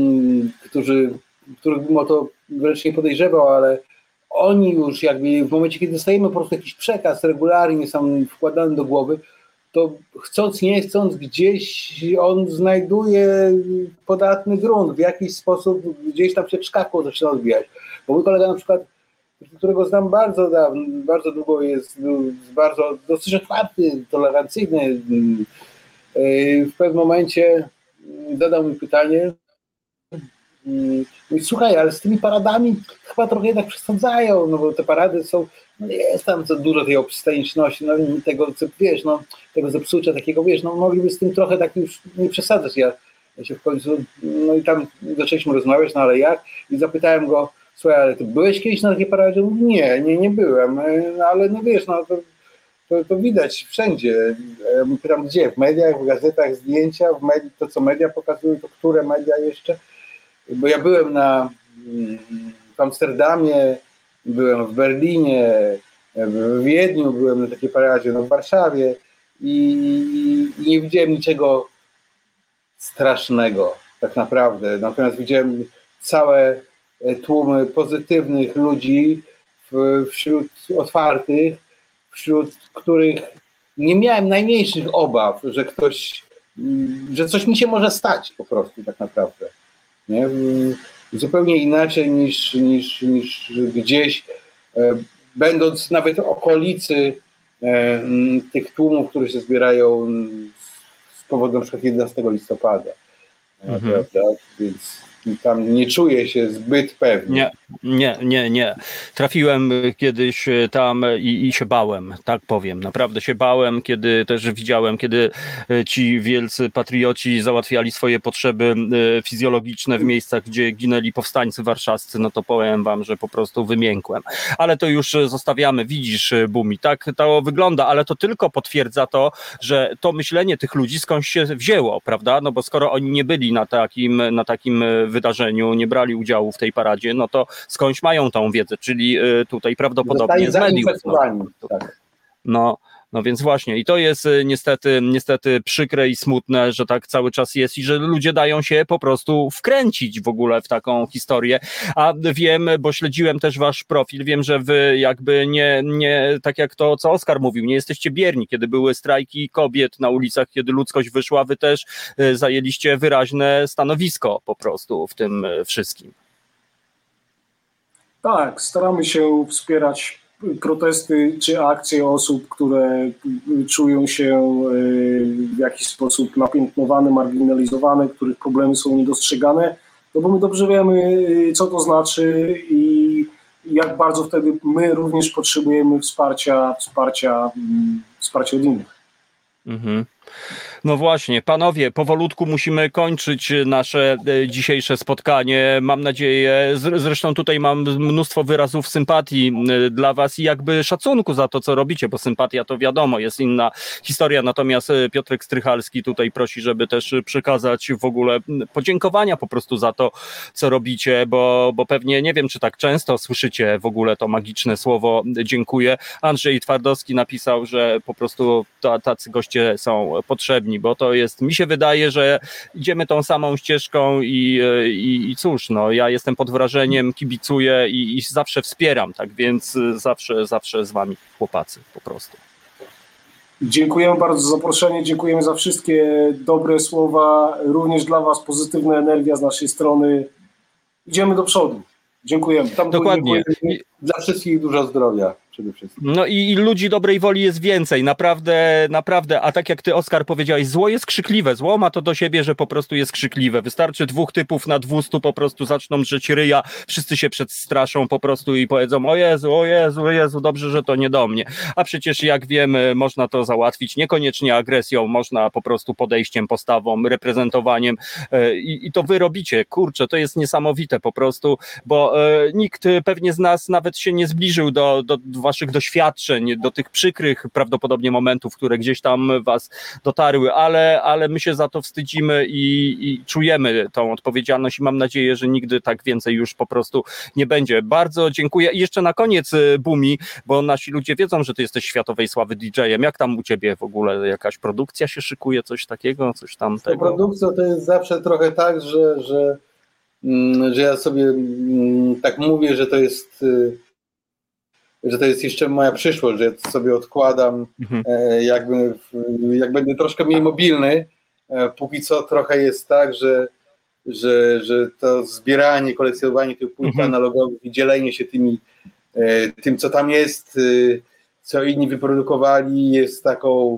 których bym o to wręcz nie podejrzewał, ale oni już jakby w momencie, kiedy dostajemy po prostu jakiś przekaz regularnie sam wkładany do głowy, to chcąc, nie chcąc, gdzieś on znajduje podatny grunt, w jakiś sposób gdzieś tam się szkawką zaczyna odbijać. Bo mój kolega na przykład, którego znam bardzo długo, jest bardzo dosyć otwarty, tolerancyjny. W pewnym momencie zadał mi pytanie, słuchaj, ale z tymi paradami chyba trochę jednak przesadzają, no bo te parady są, no jest tam za dużo tej obsceniczności, no tego, co wiesz, no tego zepsucia takiego, wiesz, no mogliby z tym trochę tak już nie przesadzać. Ja się w końcu, no i tam zaczęliśmy rozmawiać, no ale jak? I zapytałem go, słuchaj, ale ty byłeś kiedyś na takiej paradzie? Nie byłem, no ale no wiesz, no to widać wszędzie. Ja pytam, gdzie? W mediach, w gazetach, zdjęcia, to co media pokazują, to które media jeszcze? Bo ja byłem w Amsterdamie, byłem w Berlinie, w Wiedniu, byłem na takiej paradzie, no w Warszawie i nie widziałem niczego strasznego tak naprawdę. Natomiast widziałem całe tłumy pozytywnych ludzi wśród otwartych, wśród których nie miałem najmniejszych obaw, że coś mi się może stać po prostu tak naprawdę. Nie? Zupełnie inaczej niż gdzieś, będąc nawet w okolicy tych tłumów, które się zbierają z powodu na przykład 11 listopada. Prawda? Więc tam nie czuję się zbyt pewnie. Nie. Trafiłem kiedyś tam i się bałem, tak powiem. Naprawdę się bałem, kiedy też widziałem, kiedy ci wielcy patrioci załatwiali swoje potrzeby fizjologiczne w miejscach, gdzie ginęli powstańcy warszawscy, no to powiem wam, że po prostu wymiękłem. Ale to już zostawiamy. Widzisz, Bumi, tak to wygląda, ale to tylko potwierdza to, że to myślenie tych ludzi skądś się wzięło, prawda? No bo skoro oni nie byli na takim wydarzeniu, nie brali udziału w tej paradzie, no to skądś mają tą wiedzę, czyli tutaj prawdopodobnie z mediów. No więc właśnie i to jest niestety przykre i smutne, że tak cały czas jest i że ludzie dają się po prostu wkręcić w ogóle w taką historię, a wiem, bo śledziłem też wasz profil, wiem, że wy jakby nie tak jak to, co Oskar mówił, nie jesteście bierni, kiedy były strajki kobiet na ulicach, kiedy ludzkość wyszła, wy też zajęliście wyraźne stanowisko po prostu w tym wszystkim. Tak, staramy się wspierać protesty czy akcje osób, które czują się w jakiś sposób napiętnowane, marginalizowane, których problemy są niedostrzegane, no bo my dobrze wiemy, co to znaczy i jak bardzo wtedy my również potrzebujemy wsparcia od innych. No właśnie, panowie, powolutku musimy kończyć nasze dzisiejsze spotkanie. Mam nadzieję, zresztą tutaj mam mnóstwo wyrazów sympatii dla was i jakby szacunku za to, co robicie, bo sympatia to wiadomo, jest inna historia. Natomiast Piotrek Strychalski tutaj prosi, żeby też przekazać w ogóle podziękowania po prostu za to, co robicie, bo pewnie nie wiem, czy tak często słyszycie w ogóle to magiczne słowo dziękuję. Andrzej Twardowski napisał, że po prostu tacy goście są potrzebni, bo to jest, mi się wydaje, że idziemy tą samą ścieżką i cóż, no ja jestem pod wrażeniem, kibicuję i zawsze wspieram, tak więc zawsze z wami, chłopacy, po prostu. Dziękujemy bardzo za zaproszenie, dziękujemy za wszystkie dobre słowa, również dla was pozytywna energia z naszej strony. Idziemy do przodu. Dziękujemy. Dokładnie. Dla wszystkich dużo zdrowia przede wszystkim. No i ludzi dobrej woli jest więcej, naprawdę, a tak jak ty, Oskar, powiedziałeś, zło jest krzykliwe, zło ma to do siebie, że po prostu jest krzykliwe, wystarczy 2 typów na 200 po prostu zaczną drzeć ryja, wszyscy się przestraszą po prostu i powiedzą o Jezu, dobrze, że to nie do mnie, a przecież jak wiemy, można to załatwić niekoniecznie agresją, można po prostu podejściem, postawą, reprezentowaniem i to wy robicie, kurczę, to jest niesamowite po prostu, bo nikt pewnie z nas nawet się nie zbliżył do waszych doświadczeń, do tych przykrych prawdopodobnie momentów, które gdzieś tam was dotarły, ale my się za to wstydzimy i czujemy tą odpowiedzialność i mam nadzieję, że nigdy tak więcej już po prostu nie będzie. Bardzo dziękuję. I jeszcze na koniec, Bumi, bo nasi ludzie wiedzą, że ty jesteś światowej sławy DJ-em. Jak tam u ciebie w ogóle jakaś produkcja się szykuje, coś takiego, coś tam tego? Produkcja to jest zawsze trochę tak, że ja sobie tak mówię, że to jest jeszcze moja przyszłość, że ja sobie odkładam, jak będę troszkę mniej mobilny, póki co trochę jest tak, że to zbieranie, kolekcjonowanie tych płyt analogowych i dzielenie się tym, co tam jest, co inni wyprodukowali, jest taką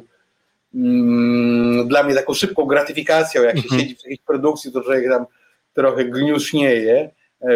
dla mnie taką szybką gratyfikacją, jak się siedzi w jakiejś produkcji, to człowiek tam trochę gniuśnieje,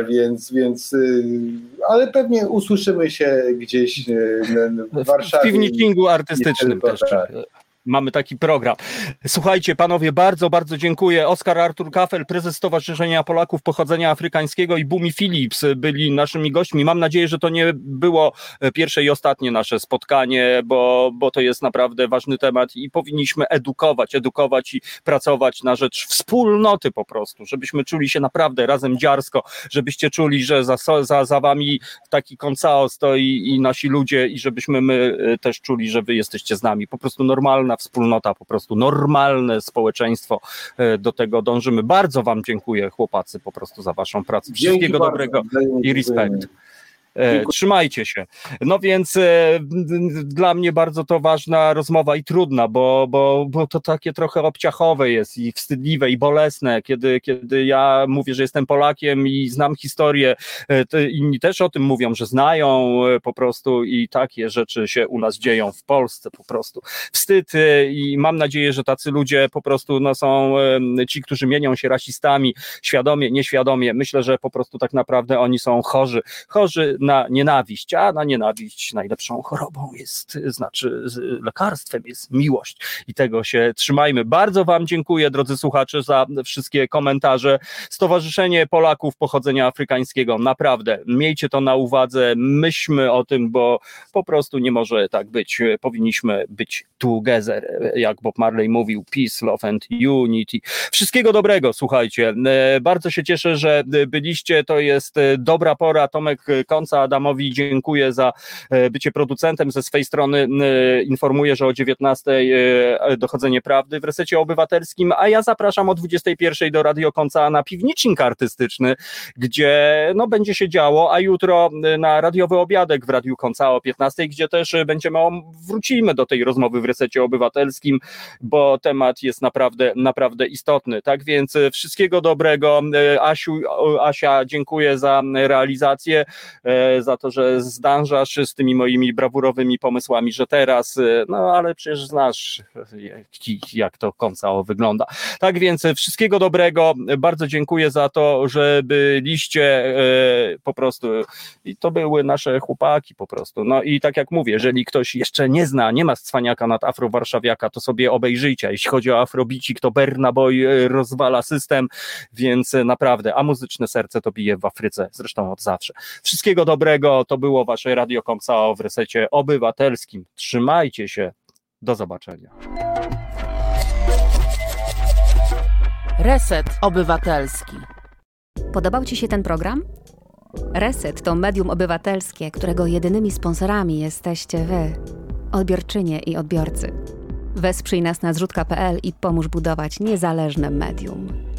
więc ale pewnie usłyszymy się gdzieś w Warszawie. W piwniczniku artystycznym też. Tak. Mamy taki program. Słuchajcie, panowie, bardzo, bardzo dziękuję. Oskar Artur Kafel, prezes Stowarzyszenia Polaków Pochodzenia Afrykańskiego i Bumi Phillips byli naszymi gośćmi. Mam nadzieję, że to nie było pierwsze i ostatnie nasze spotkanie, bo to jest naprawdę ważny temat i powinniśmy edukować i pracować na rzecz wspólnoty po prostu, żebyśmy czuli się naprawdę razem dziarsko, żebyście czuli, że za wami taki Koncao stoi i nasi ludzie i żebyśmy my też czuli, że wy jesteście z nami. Po prostu normalna wspólnota, po prostu normalne społeczeństwo, do tego dążymy. Bardzo wam dziękuję, chłopacy, po prostu za waszą pracę. Wszystkiego dobrego i respekt. Trzymajcie się. No więc dla mnie bardzo to ważna rozmowa i trudna, bo to takie trochę obciachowe jest i wstydliwe i bolesne, kiedy ja mówię, że jestem Polakiem i znam historię, inni też o tym mówią, że znają po prostu i takie rzeczy się u nas dzieją w Polsce po prostu. Wstyd i mam nadzieję, że tacy ludzie po prostu są ci, którzy mienią się rasistami, świadomie, nieświadomie. Myślę, że po prostu tak naprawdę oni są chorzy na nienawiść, a na nienawiść najlepszą chorobą jest, lekarstwem jest miłość i tego się trzymajmy. Bardzo wam dziękuję, drodzy słuchacze, za wszystkie komentarze. Stowarzyszenie Polaków Pochodzenia Afrykańskiego, naprawdę, miejcie to na uwadze, myślmy o tym, bo po prostu nie może tak być, powinniśmy być together, jak Bob Marley mówił, peace, love and unity. Wszystkiego dobrego, słuchajcie, bardzo się cieszę, że byliście, to jest dobra pora. Tomek Konca, Adamowi dziękuję za bycie producentem. Ze swej strony informuję, że o 19:00 dochodzenie prawdy w Resecie Obywatelskim, a ja zapraszam o 21:00 do Radio Koncaa na piwnicznik artystyczny, gdzie będzie się działo, a jutro na radiowy obiadek w Radiu Koncaa o 15:00, gdzie też wrócimy do tej rozmowy w Resecie Obywatelskim, bo temat jest naprawdę istotny. Tak więc wszystkiego dobrego. Asia, dziękuję za realizację. za to, że zdążasz z tymi moimi brawurowymi pomysłami, że teraz, no ale przecież znasz, jak to Koncao wygląda. Tak więc wszystkiego dobrego, bardzo dziękuję za to, że byliście po prostu i to były nasze chłopaki po prostu. No i tak jak mówię, jeżeli ktoś jeszcze nie zna, nie ma cwaniaka nad Afrowarszawiaka, to sobie obejrzyjcie. Jeśli chodzi o Afrobicik, to Burna Boy rozwala system, więc naprawdę, a muzyczne serce to bije w Afryce, zresztą od zawsze. Wszystkiego dobrego, to było wasze Radio Koncao w Resecie Obywatelskim. Trzymajcie się, do zobaczenia. Reset Obywatelski. Podobał Ci się ten program? Reset to medium obywatelskie, którego jedynymi sponsorami jesteście Wy, odbiorczynie i odbiorcy. Wesprzyj nas na zrzutka.pl i pomóż budować niezależne medium.